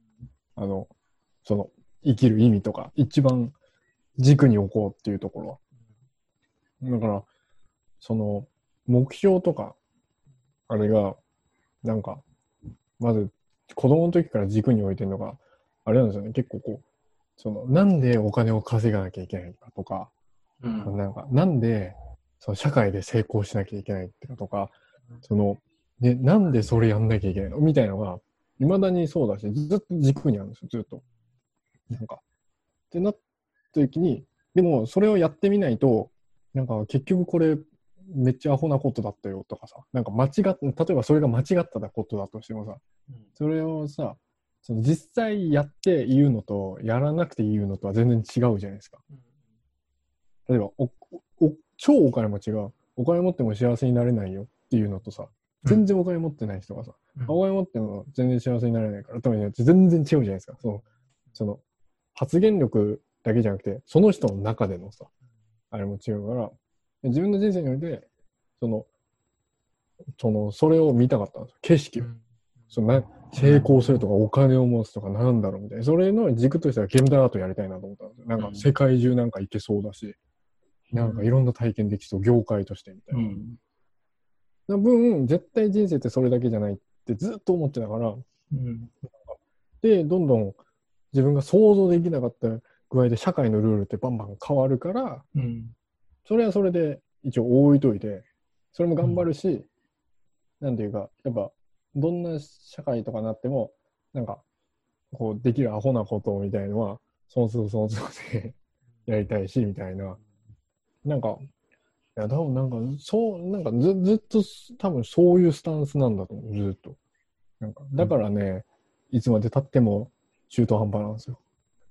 生きる意味とか、一番軸に置こうっていうところは。だから、目標とか、あれが、なんか、まず、子供の時から軸に置いてるのが、あれなんですよね。結構こう、なんでお金を稼がなきゃいけないかとか、なんで、社会で成功しなきゃいけないってとか、なんでそれやんなきゃいけないのみたいなのが、未だにそうだし、ずっと軸にあるんですよ、ずっと。なんか。ってなった時に、でもそれをやってみないと、なんか結局これめっちゃアホなことだったよとかさ、なんか例えばそれが間違ったことだとしてもさ、それをさ、実際やって言うのと、やらなくて言うのとは全然違うじゃないですか。例えば、超お金持ちが、お金持っても幸せになれないよっていうのとさ、全然お金持ってない人がさ、お金持っても全然幸せになれないから、多分全然違うじゃないですか。発言力だけじゃなくて、その人の中でのさ、あれも違うから、自分の人生において、それを見たかったんですよ。景色を。成功するとかお金を持つとかなんだろうみたいな。それの軸としては現代アートやりたいなと思ったんですよ。なんか世界中なんか行けそうだし、なんかいろんな体験できそう、業界としてみたいな。 な分、絶対人生ってそれだけじゃないってずっと思ってたから、 うん。 で、どんどん自分が想像できなかった具合で社会のルールってバンバン変わるから、 うん。 それはそれで一応置いといて、それも頑張うん。 るし、なんていうか、やっぱ、どんな社会とかなっても、なんか、こう、できるアホなことみたいのは、その都度その都度でやりたいし、みたいな。なんか、いや、多分なんか、そう、なんかずっと多分そういうスタンスなんだと思う、ずっと。なんか、だからね、いつまで経っても中途半端なんですよ。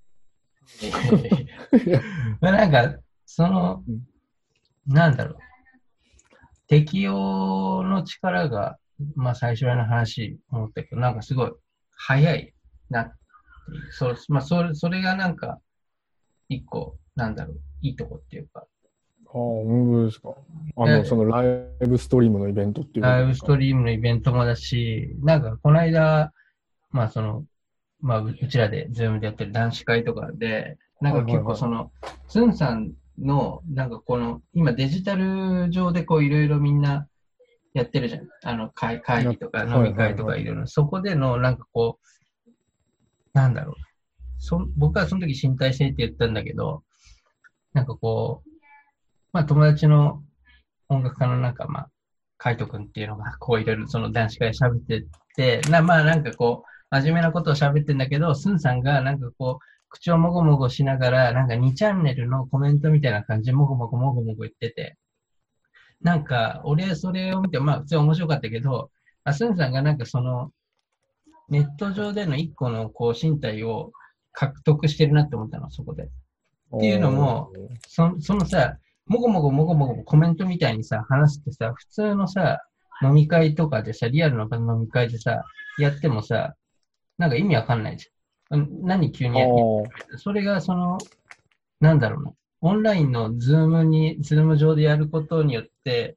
いや、 まあなんか、その、 うん、 なんだろう。適応の力が、まあ最初の話思ったけど、なんかすごい早いなっていう。まあそれがなんか一個、なんだろう、いいとこっていうか、 ああ、本当ですか。そでのライブストリームのイベントっていうこライブとですか。 ストリームのイベントもだし、なんかこの間、まあその、まあうちらでズームでやってる男子会とかで、なんかはいはいはいはい。 結構その、ツンさんの、なんかこの、今デジタル上でこういろいろみんなやってるじゃん。会議とか飲はいみ会はいはい。 とかいろいろ。そこでの、なんかこう、なんだろう。僕はその時身体性って言ったんだけど、なんかこう、まあ友達の音楽家のなんかまあ、カイト君っていうのが、こういろいろその男子会喋ってて、まあなんかこう、真面目なことを喋ってんだけど、スンさんがなんかこう、口をもごもごしながら、なんか2チャンネルのコメントみたいな感じでもごもごもごもご言ってて、なんか、俺それを見て、まあ普通に面白かったけど、スンさんがなんかその、ネット上での一個のこう身体を獲得してるなって思ったの、そこで。っていうのおも、そのさ、もごもごもごもごコメントみたいにさ、話すってさ、普通のさ、飲み会とかでさ、リアルの場の飲み会でさ、やってもさ、なんか意味わかんないじゃん。何急にああ、 それがその、なんだろうな。オンラインのズーム上でやることによって、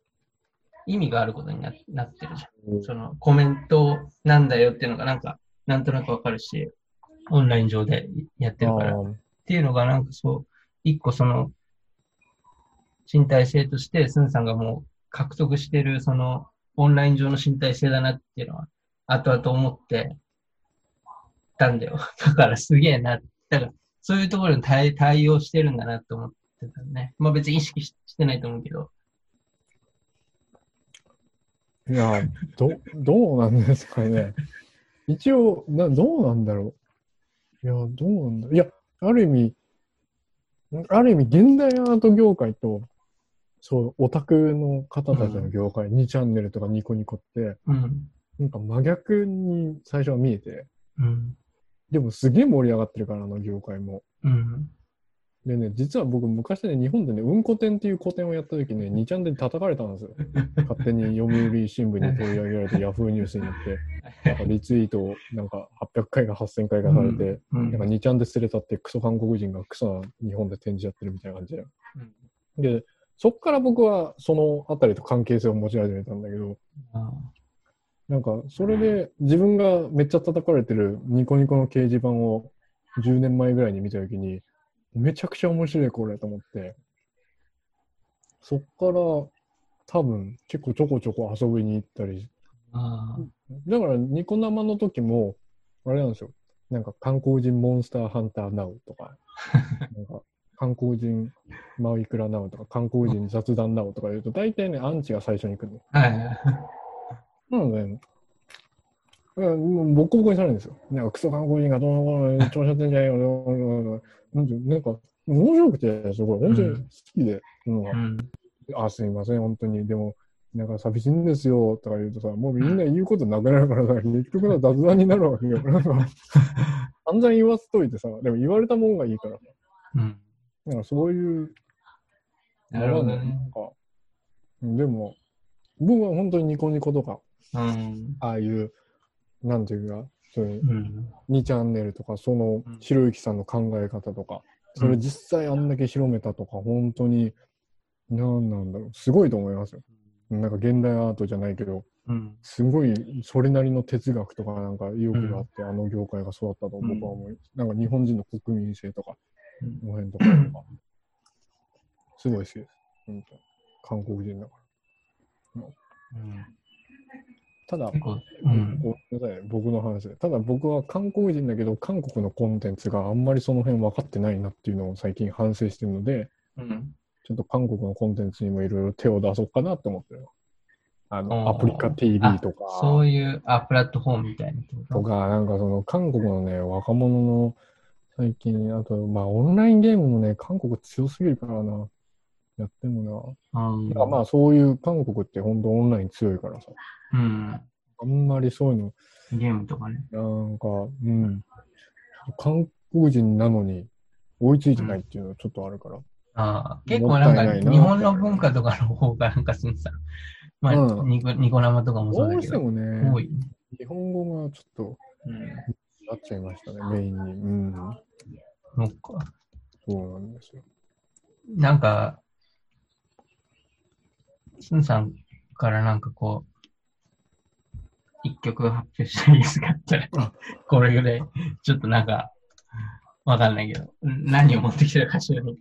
意味があることになってるじゃん。そのコメントなんだよっていうのがなんか、なんとなくわかるし、オンライン上でやってあるから。っあ、 ていうのがなんかそう、一個その身体性として、スンさんがもう獲得してるそのオンライン上の身体性だなっていうのは、後々思ってたんだよ。だからすげえな。だからそういうところに対応してるんだなって思ってたね。まあ別に意識してないと思うけど。 いや、どうなんですかね。一応、どうなんだろう。いや、どうなんだ。いや、ある意味、現代アート業界と、そう、オタクの方たちのうん。 業界、2チャンネルとかニコニコって、 うん。 なんか真逆に最初は見えて、 うん。 でもすげえ盛り上がってるから、あの業界も。 うん。 でね、実は僕昔ね、日本でね、うんこ展っていう個展をやった時ね、2チャンで叩かれたんですよ。勝手に読売新聞に取り上げられて、ヤフーニュースになって、なんかリツイートをなんか800回か8000回かされうん。 て、なんかうん。 2チャンで捨てれたってクソ韓国人がクソな日本で展示やってるみたいな感じで。 うん。 で、そっから僕はそのあたりと関係性を持ち始めたんだけど、 あなんかそれで自分がめっちゃ叩かれてるニコニコの掲示板を10年前ぐらいに見た時に、めちゃくちゃ面白いこれと思って、そっから多分結構ちょこちょこ遊びに行ったり、 あ。 だからニコ生の時も、あれなんですよ。なんか韓国人モンスターハンターナウとか、なんか韓国人マウイクラナウとか、韓国人雑談ナウとか言うと、大体ね、アンチが最初に来るの。 はい。 なので、もうボッコボコにされるんですよ。なんかクソ韓国人がどうのこうの調子乗ってんじゃねえよ。なんか、面白くて、すごい、本当に好うん。 きで、 うん。 すいません、本当に。でも、なんか寂しいんですよ、とか言うとさ、もうみんなうん。 言うことなくなるからさ、結局は雑談になるわけよ。なんか、散々言わせといてさ、でも言われたもんがいいからさ、 うん。 なんかそういうなるのはね、 ほどね。 なんか、でも、僕は本当にニコニコとか、 うん。 ああいう、なんていうか、そういううん。 2チャンネルとか、その、 うん。 ひろゆきさんの考え方とか、それうん。 実際あんだけ広めたとか、本当に、なんだろう、すごいと思いますよ。なんか現代アートじゃないけど、 うん。 すごいそれなりの哲学とかなんか意うん。 欲があって、あの業界が育ったとうん。 僕は思います。なんか日本人の国民性とか、 うん。 この辺とかなんか、すごい好きです。本当韓国人だから。 ただ、 結構、 ごめんなさい、僕の話で。ただ僕は韓国人だけど、韓国のコンテンツがあんまりその辺分かってないなっていうのを最近反省してるので、ちょっと韓国のコンテンツにもいろいろ手を出そうかなって思ってる。アプリカ TV とか。 そういうプラットフォームみたいなとか、なんかその韓国のね、若者の最近、あと、まあオンラインゲームもね、韓国強すぎるからな。やってもな。まあそういう韓国って本当オンライン強いからさ。あんまりそういうの。 ゲームとかね。 なんか、韓国人なのに追いついてないっていうのはちょっとあるから。 結構なんか日本の文化とかの方がなんかそのさ、まあ、ニコ生とかもそうだけど。 どうしてもね、 多い。 日本語がちょっと、なっちゃいましたね、メインに。 そっか。 そうなんですよ。 なんか、スンさんからなんかこう、一曲発表したいですかって言ったら、これぐらい、ちょっとなんか、わかんないけど、何を持ってきてるかしらね。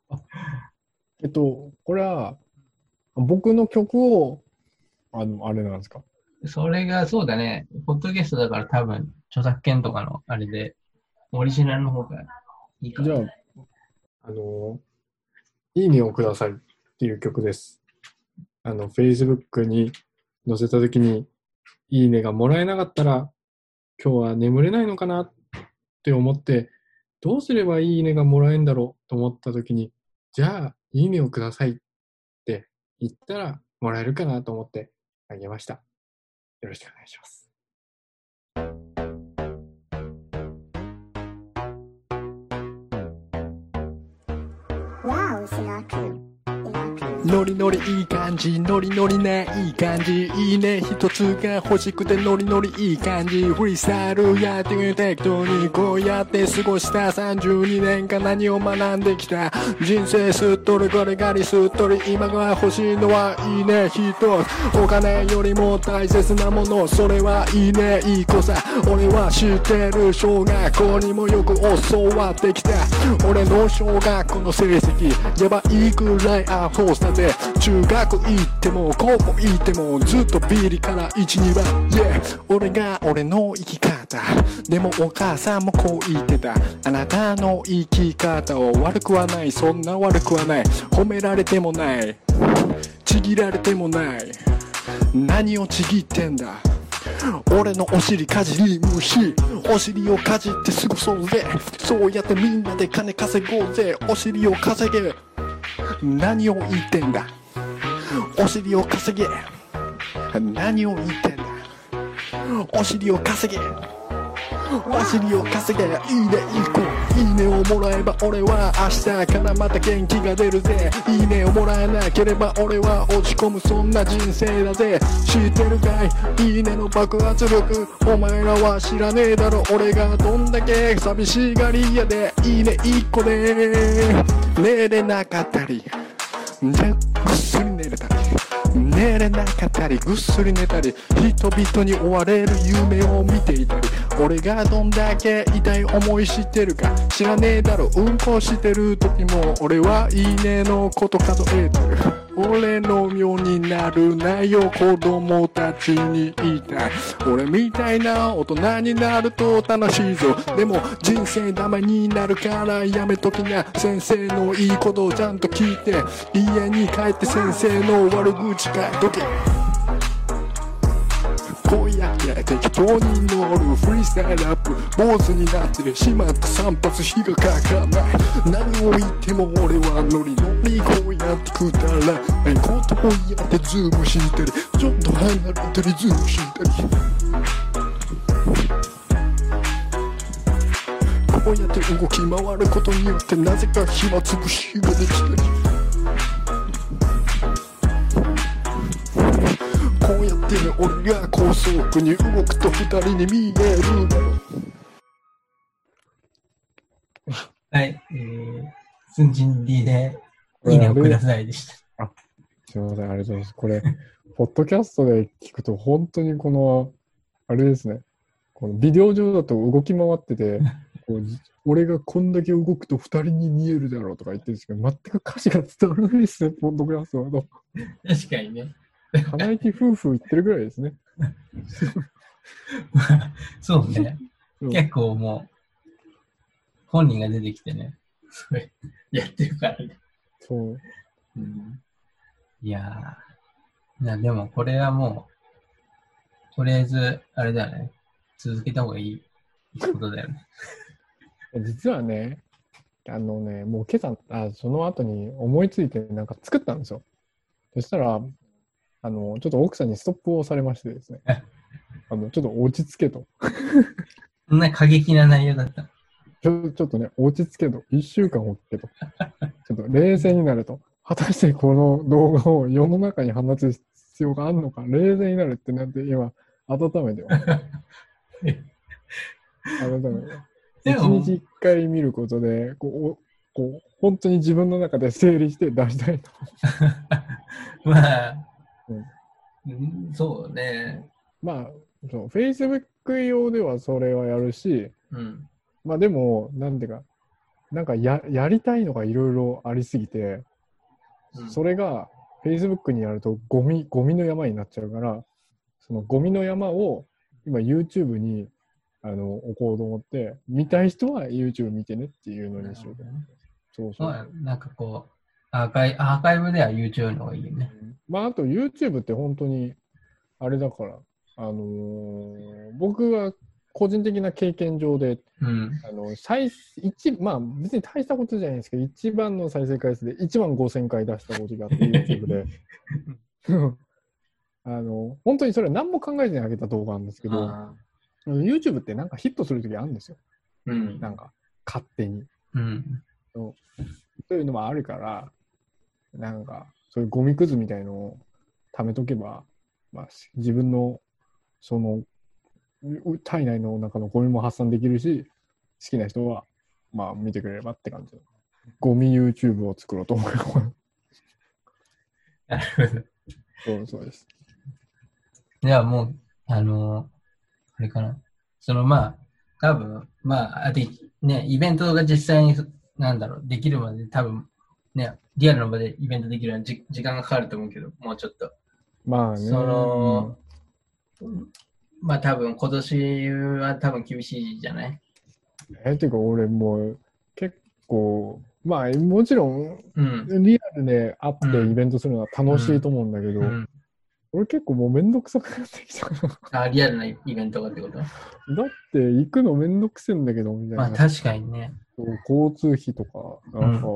これは、僕の曲を、あれなんですか？ それがそうだね、ポッドキャストだから多分、著作権とかのあれで、オリジナルの方がいいかな。 じゃあ、いいねをくださいっていう曲です。Facebook に載せたときに、いいねがもらえなかったら、今日は眠れないのかなって思って、どうすればいいねがもらえるんだろうと思ったときに、じゃあ、いいねをくださいって言ったらもらえるかなと思ってあげました。よろしくお願いします。 ノリノリいい感じ、ノリノリねいい感じ、いいね一つが欲しくてノリノリいい感じ、フリースタイルやって適当にこうやって過ごした32年間何を学んできた、人生すっとりこれがりすっとり、今が欲しいのはいいね一つ、お金よりも大切なもの、それはいいねいい子さ、俺は知ってる、小学校にもよく教わってきた、俺の小学校の成績やばいくらいアホさで、中学行っても高校行ってもずっとビリから1、2番、yeah、俺が俺の生き方でもお母さんもこう言ってた、あなたの生き方は悪くはない、そんな悪くはない、褒められてもないちぎられてもない、何をちぎってんだ、俺のお尻かじり虫、お尻をかじって過ごそうぜ、そうやってみんなで金稼ごうぜ、お尻を稼げ、何を言ってんだ、お尻を稼げ、何を言ってんだ、お尻を稼げ、お尻を稼げ、いいねいい子、いいねをもらえば俺は明日からまた元気が出るぜ、いいねをもらえなければ俺は落ち込む、そんな人生だぜ、知ってるかい、いいねの爆発力、お前らは知らねえだろ、俺がどんだけ寂しがり屋で、いいね一個で寝れなかったり、ぐっすり寝れたり、寝れなかったりぐっすり寝たり、人々に追われる夢を見ていたり、俺がどんだけ痛い思いしてるか知らねえだろ、うんこしてる時も俺はいいねのこと数えてる、俺のようになるなよ子供たちに言いたい、俺みたいな大人になると楽しいぞ、でも人生ダメになるからやめときな、先生のいいことをちゃんと聞いて家に帰って先生の悪口書いとけ、こうやって適当に乗るフリースタイルアップ、坊主になってしまった散髪日がかかない、何を言っても俺はノリノリこうやってくだらないことをやってズームしたり、ちょっと離れたりズームしたり、こうやって動き回ることによってなぜか暇つぶしができたり、こうやってね俺が高速に動くと二人に見えるだろ。 はい、スンジン D でいいねをくださいでした。 すみません、ありがとうございます。これ、ポッドキャストで聞くと本当にこの、あれですね、このビデオ上だと動き回ってて、こう俺がこんだけ動くと二人に見えるだろうとか言ってるんですけど、全く歌詞が伝わらないですね、ポッドキャストだと。 確かにね。 花息夫婦言ってるぐらいですね。 そうね。 うん結構もう、本人が出てきてね、それやってるからね。 そう。 いやでもこれはもう、とりあえず、あれだよね。続けた方がいいことだよね。 実はね、もう今朝、その後に思いついてなんか作ったんですよ。そしたら、ちょっと奥さんにストップを押されましてですね。ちょっと落ち着けと。 そんな過激な内容だった。 ちょっとね、落ち着けと。1週間置けと。ちょっと冷静になると。果たしてこの動画を世の中に放つ必要があるのか、冷静になるってなって、今、温めてます。改めて。 でも 1日1回見ることで、本当に自分の中で整理して出したいと。 まあ、そうね。 まあ、そう、Facebook 用ではそれはやるし、まあでも、なんていうか、なんかやりたいのがいろいろありすぎて、それが Facebook にやるとゴミの山になっちゃうから、そのゴミの山を今 YouTube に置こうと思って、見たい人は YouTube 見てねっていうのにしようと思って。そうそう。 なんかこう、アーカイブでは YouTube の方がいいよね。 まああと YouTube って本当に、あれだから、僕は個人的な経験上で、まあ別に大したことじゃないんですけど、一番の再生回数で1万5000回出したことがあって YouTube で本当にそれは何も考えずに上げた動画なんですけど、YouTube ってなんかヒットするときあるんですよ。なんか勝手に、そういうのもあるから、なんかそういうゴミくずみたいのを貯めとけば、まあ、自分のその体内の中のゴミも発散できるし、好きな人はまあ見てくれればって感じ。ゴミ YouTube を作ろうと思う。 なるほど。 そうです。 ではもう、あれかな。多分、ね、イベントが実際に、できるまで多分、ね、リアルの場でイベントできるのは時間がかかると思うけど、もうちょっと。 まあね。 まあ多分今年は多分厳しいじゃない？ ていうか俺もう結構、まあもちろん、リアルで会ってイベントするのは楽しいと思うんだけど、俺結構もうめんどくさくなってきた。 リアルなイベントがってこと？だって行くのめんどくせえんだけどみたいな。 まあ確かにね。 交通費とか、なんか、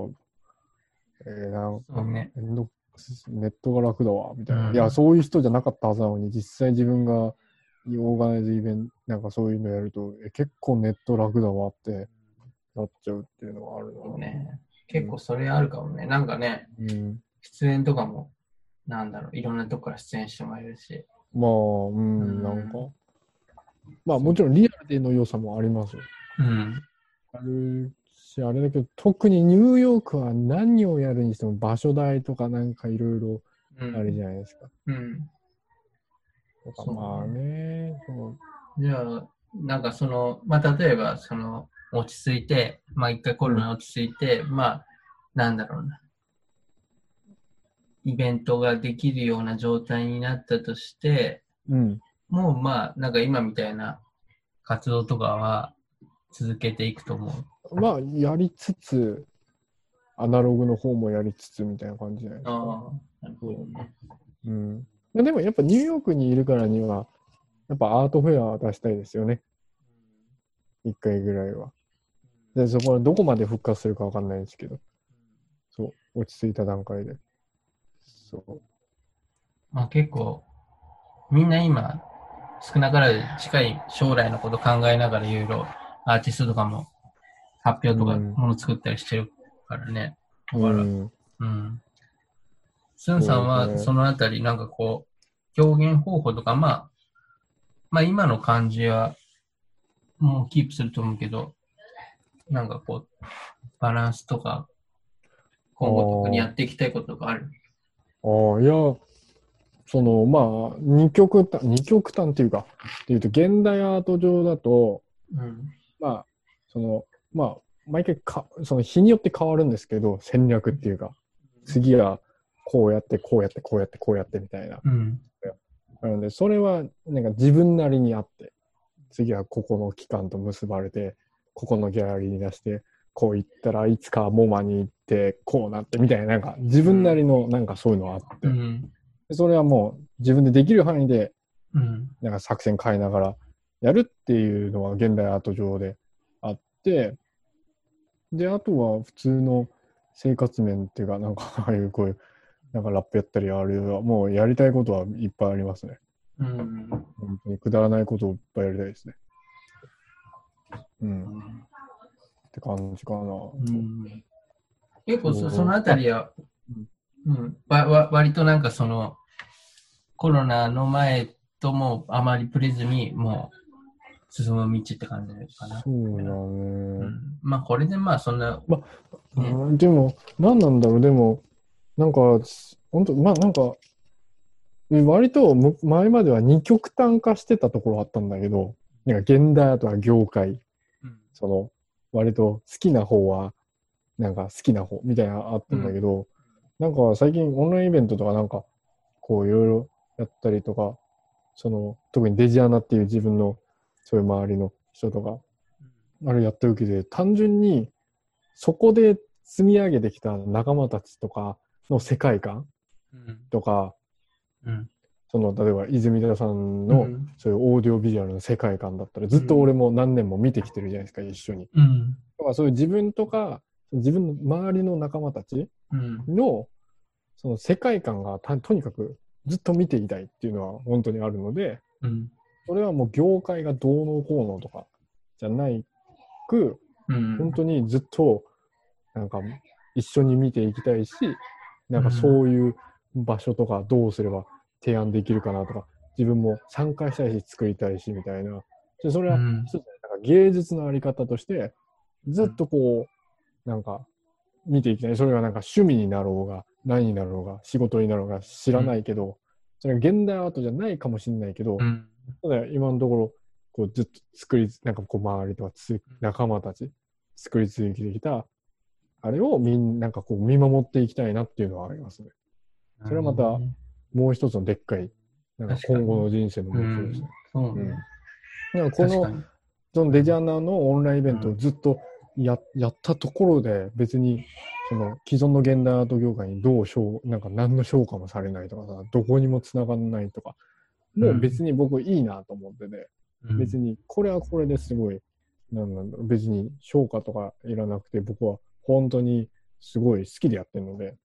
ネットが楽だわ、みたいな。いや、そういう人じゃなかったはずなのに、実際自分がオーガナイズイベント、なんかそういうのやると、結構ネット楽だわってなっちゃうっていうのがあるのね。結構それあるかもね。なんかね、出演とかも、いろんなとこから出演してもらえるし。 まあ、なんか。まあもちろんリアルでの良さもありますよ。あるし、あれだけど、特にニューヨークは何をやるにしても場所代とかなんかいろいろあるじゃないですか。とかまあね。 じゃあ、なんか例えば落ち着いて、まあ一回コロナ落ち着いて、まあ、イベントができるような状態になったとして、もうまあ、なんか今みたいな活動とかは続けていくと思う。 まあ、やりつつ、アナログの方もやりつつみたいな感じじゃないですか。 なるほどね。 でもやっぱニューヨークにいるからには、やっぱアートフェアは出したいですよね。一回ぐらいは。で、そこはどこまで復活するかわかんないですけど。そう、落ち着いた段階で。そう。 まあ結構、みんな今、少なからず近い将来のこと考えながらいろいろアーティストとかも発表とかもの作ったりしてるからね。スンさんはそのあたりなんかこう、表現方法とかまあ今の感じはもうキープすると思うけど、なんかこう、バランスとか今後特にやっていきたいこととかある？ いや、まあ、二極端っていうか、っていうと、現代アート上だと、まあ、毎回日によって変わるんですけど、戦略っていうか、次はこうやって、こうやって、こうやって、こうやってみたいな。 うん。 なので、それはなんか自分なりにあって、次はここの機関と結ばれて、ここのギャラリーに出して、こう行ったらいつかモマに行って、こうなってみたいな、なんか自分なりのなんかそういうのがあって、 うん。 でそれはもう自分でできる範囲で、 うん。 なんか作戦変えながらやるっていうのは現代アート上であって、で、あとは普通の生活面っていうか、なんかああいうこういう、なんかラップやったり、あれはもうやりたいことはいっぱいありますね。 うん。 本当にくだらないことをいっぱいやりたいですね。うん。って感じかな。 結構そうそのあたりは、割となんかそのコロナの前ともあまり触れずにもう進む道って感じかな。 そうだね。 まあこれでまあそんな、 でも、何なんだろう。でも、なんか、本当まあなんか、割と前までは二極端化してたところあったんだけど、なんか現代アートは業界、その、割と好きな方は、なんか好きな方みたいなのあったんだけど、なんか最近オンラインイベントとかなんか、こういろいろやったりとか、その、特にデジアナっていう自分の、そういう周りの人とか、あれやってるけど、単純に、そこで積み上げてきた仲間たちとかの世界観とか、その、例えば泉田さんのそういうオーディオビジュアルの世界観だったら、ずっと俺も何年も見てきてるじゃないですか、一緒に。だからそういう自分とか、自分の周りの仲間たちの、その世界観がとにかくずっと見ていたいっていうのは本当にあるので、それはもう業界がどうのこうのとかじゃないく、本当にずっとなんか一緒に見ていきたいし、なんかそういう場所とかどうすれば提案できるかなとか、自分も参加したいし作りたいしみたいな。でそれは一つなんか芸術のあり方として、ずっとこう、なんか見ていきたい。それがなんか趣味になろうが、何になろうが、仕事になろうが知らないけど、それが現代アートじゃないかもしれないけど、ただ今のところ、こうずっとなんかこう周りとか仲間たち、作り続けてきた、あれをなんかこう見守っていきたいなっていうのはありますね。それはまたもう一つのでっかい、なんか今後の人生の目標ですね。なんかこの、そのデジャーナのオンラインイベントをずっとやったところで、別にその既存の現代アート業界になんか何の評価もされないとかさ、どこにもつながらないとか、もう別に僕いいなと思ってて、別にこれはこれですごい、なんだろう、別に評価とかいらなくて、僕は本当にすごい好きでやってるので、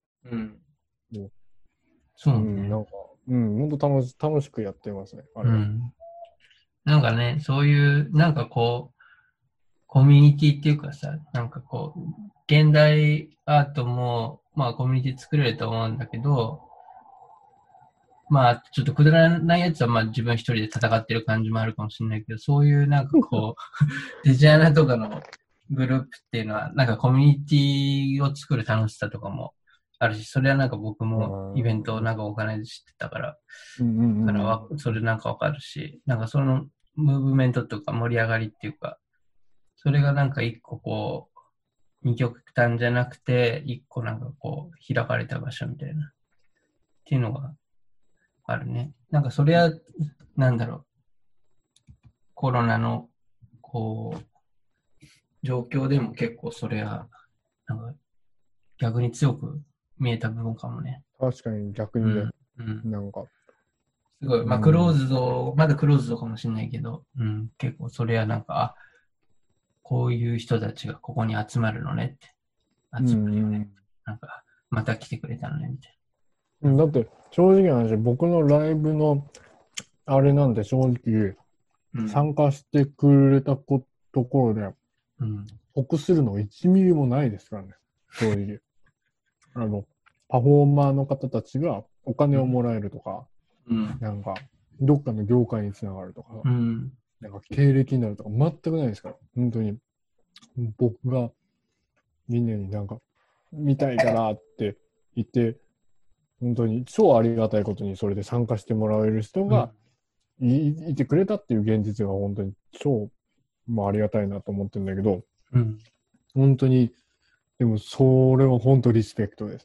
なんか、本当楽しくやってますね、あれは。 なんかね、そういう、なんかこう、コミュニティっていうかさ、なんかこう、現代アートも、まあコミュニティ作れると思うんだけど、まあちょっとくだらないやつはまあ自分一人で戦ってる感じもあるかもしれないけど、そういうなんかこう、デジアナとかのグループっていうのは、なんかコミュニティを作る楽しさとかもあるし、それはなんか僕もイベントをなんかオーガナイズしてたから、それなんかわかるし、なんかそのムーブメントとか盛り上がりっていうか、それがなんか一個こう、二極端じゃなくて、一個なんかこう、開かれた場所みたいな、っていうのがあるね。なんかそれは、なんだろう、コロナの、こう、状況でも結構それは、なんか逆に強く見えた部分かもね。 確かに逆にね、なんか。 すごい、まあクローズド、まだクローズドかもしれないけど、結構それはなんか、こういう人たちがここに集まるのねって。集まるよね。なんか、また来てくれたのね、みたいな。だって、正直な話、僕のライブの、あれなんで正直、参加してくれたところで、得するの1ミリもないですからね、正直。パフォーマーの方たちがお金をもらえるとか、なんか、どっかの業界につながるとか、なんか経歴になるとか全くないですから、本当に。僕がみんなになんか見たいからって言って、本当に超ありがたいことにそれで参加してもらえる人がいてくれたっていう現実が本当に超、ありがたいなと思ってるんだけど、本当に、でもそれは本当リスペクトですね。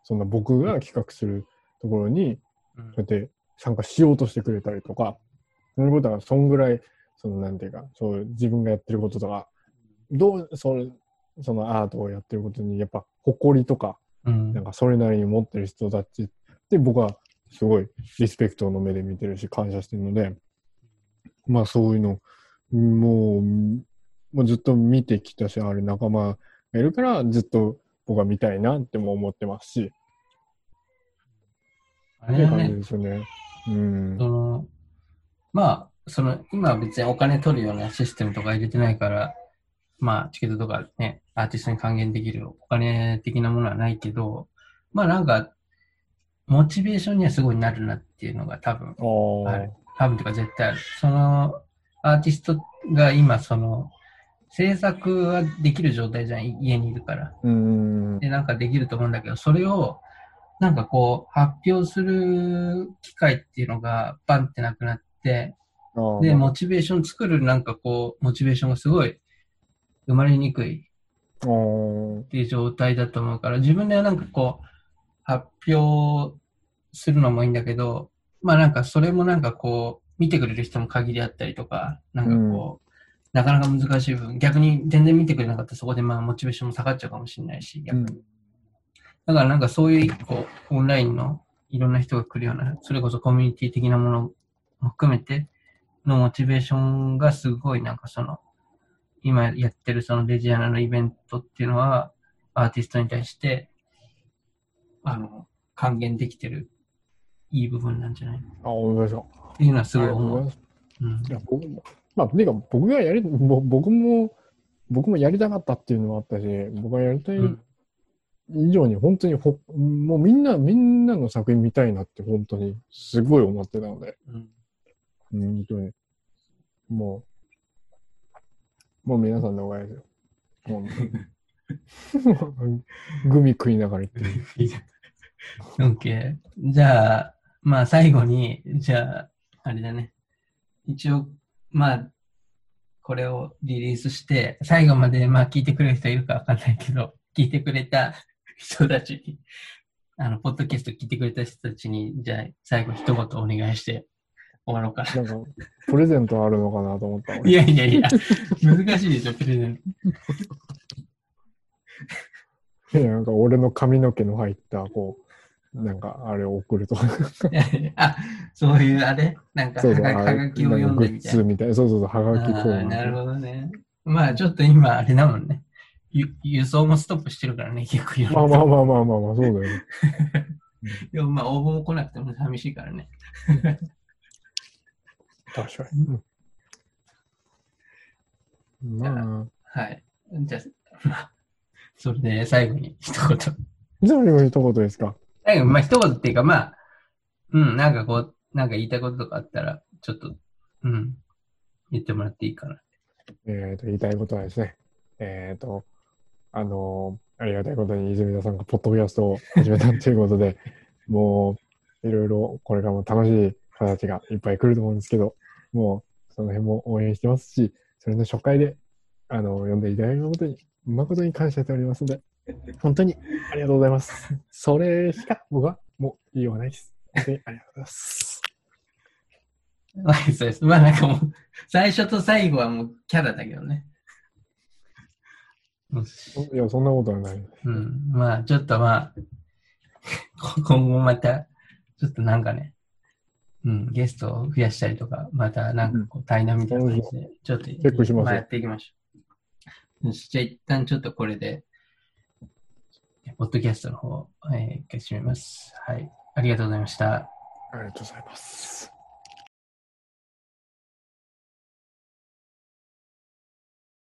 そんな僕が企画するところに、 うんそうやって参加しようとしてくれたりとか、そういうことは、そんぐらい、なんていうか、そう、自分がやってることとか、そのアートをやってることに、やっぱ、誇りとか、 うんなんかそれなりに持ってる人たちって僕はすごいリスペクトの目で見てるし感謝してるので、まあそういうのもうずっと見てきたし、あれ仲間がいるからずっと僕は見たいなっても思ってますし、っていう感じあれはね、 ですよね。うん。 まあ、今は別にお金取るようなシステムとか入れてないから、まあ、チケットとかね、アーティストに還元できるお金的なものはないけど、まあなんか、モチベーションにはすごいなるなっていうのが多分ある。多分というか絶対ある。アーティストが今制作はできる状態じゃん、家にいるから。で、なんかできると思うんだけど、それを、なんかこう、発表する機会っていうのがバンってなくなって、で、モチベーション作るなんかこう、モチベーションがすごい生まれにくいっていう状態だと思うから、自分でなんかこう、発表するのもいいんだけど、まあなんかそれもなんかこう、見てくれる人も限りあったりとか、なんかこう、なかなか難しい部分、逆に全然見てくれなかったらそこでまあモチベーションも下がっちゃうかもしれないし、逆に。だからなんかそういう一個、オンラインのいろんな人が来るような、それこそコミュニティ的なものも含めてのモチベーションがすごいなんか今やってるそのデジアナのイベントっていうのは、アーティストに対して、還元できてるいい部分なんじゃない思いました。 っていうのはすごい思う。 いやまあ、とにかく僕もやりたかったっていうのもあったし、僕がやりたい以上に本当にもうみんなの作品見たいなって本当にすごい思ってたので、本当にもう皆さんのおかげですよ。グミ食いながら言ってる。 OK。じゃあ、まあ最後に、じゃあ、あれだね。一応、まあ、これをリリースして、最後までまあ聞いてくれる人いるかわかんないけど、聞いてくれた人たちに、ポッドキャスト聞いてくれた人たちに、じゃあ最後一言お願いして終わろうかな。 なんか、プレゼントあるのかなと思った。 いや、難しいでしょ、プレゼント。なんか俺の髪の毛の入った、なんかあれを送ると。 あ、そういうあれなんかはがきを読んでみたいな。 グッズみたいな。そう、はがきフォーム。 なるほどね。まあちょっと今あれだもんね。輸送もストップしてるからね、結構まあ、そうだよね。 でもまあ応募も来なくても寂しいからね。 確かに。まあ。はい。じゃあ、まあ、それで最後に一言。 最後に一言ですか。 最後に、まあ一言っていうか、まあ、なんかなんか言いたいこととかあったら、ちょっと、言ってもらっていいかな。 言いたいことはですね、ありがたいことに泉田さんがポッドキャストを始めたということで、もう、いろいろこれからも楽しい方たちがいっぱい来ると思うんですけど、もう、その辺も応援してますし、それの初回で、呼んでいただいたことに、誠に感謝しておりますので、本当にありがとうございます。それしか僕はもう言いようがないです。本当にありがとうございます。 そうです。まあなんかもう、最初と最後はもうキャラだけどね。 いや、そんなことはない。 まあちょっとまあ、今後また、ちょっとなんかね、ゲストを増やしたりとか、またなんか対談みたいな感じで、ちょっとやっていきましょう。じゃあ一旦ちょっとこれで、ポッドキャストの方、一回締めます。はい。ありがとうございました。 ありがとうございます。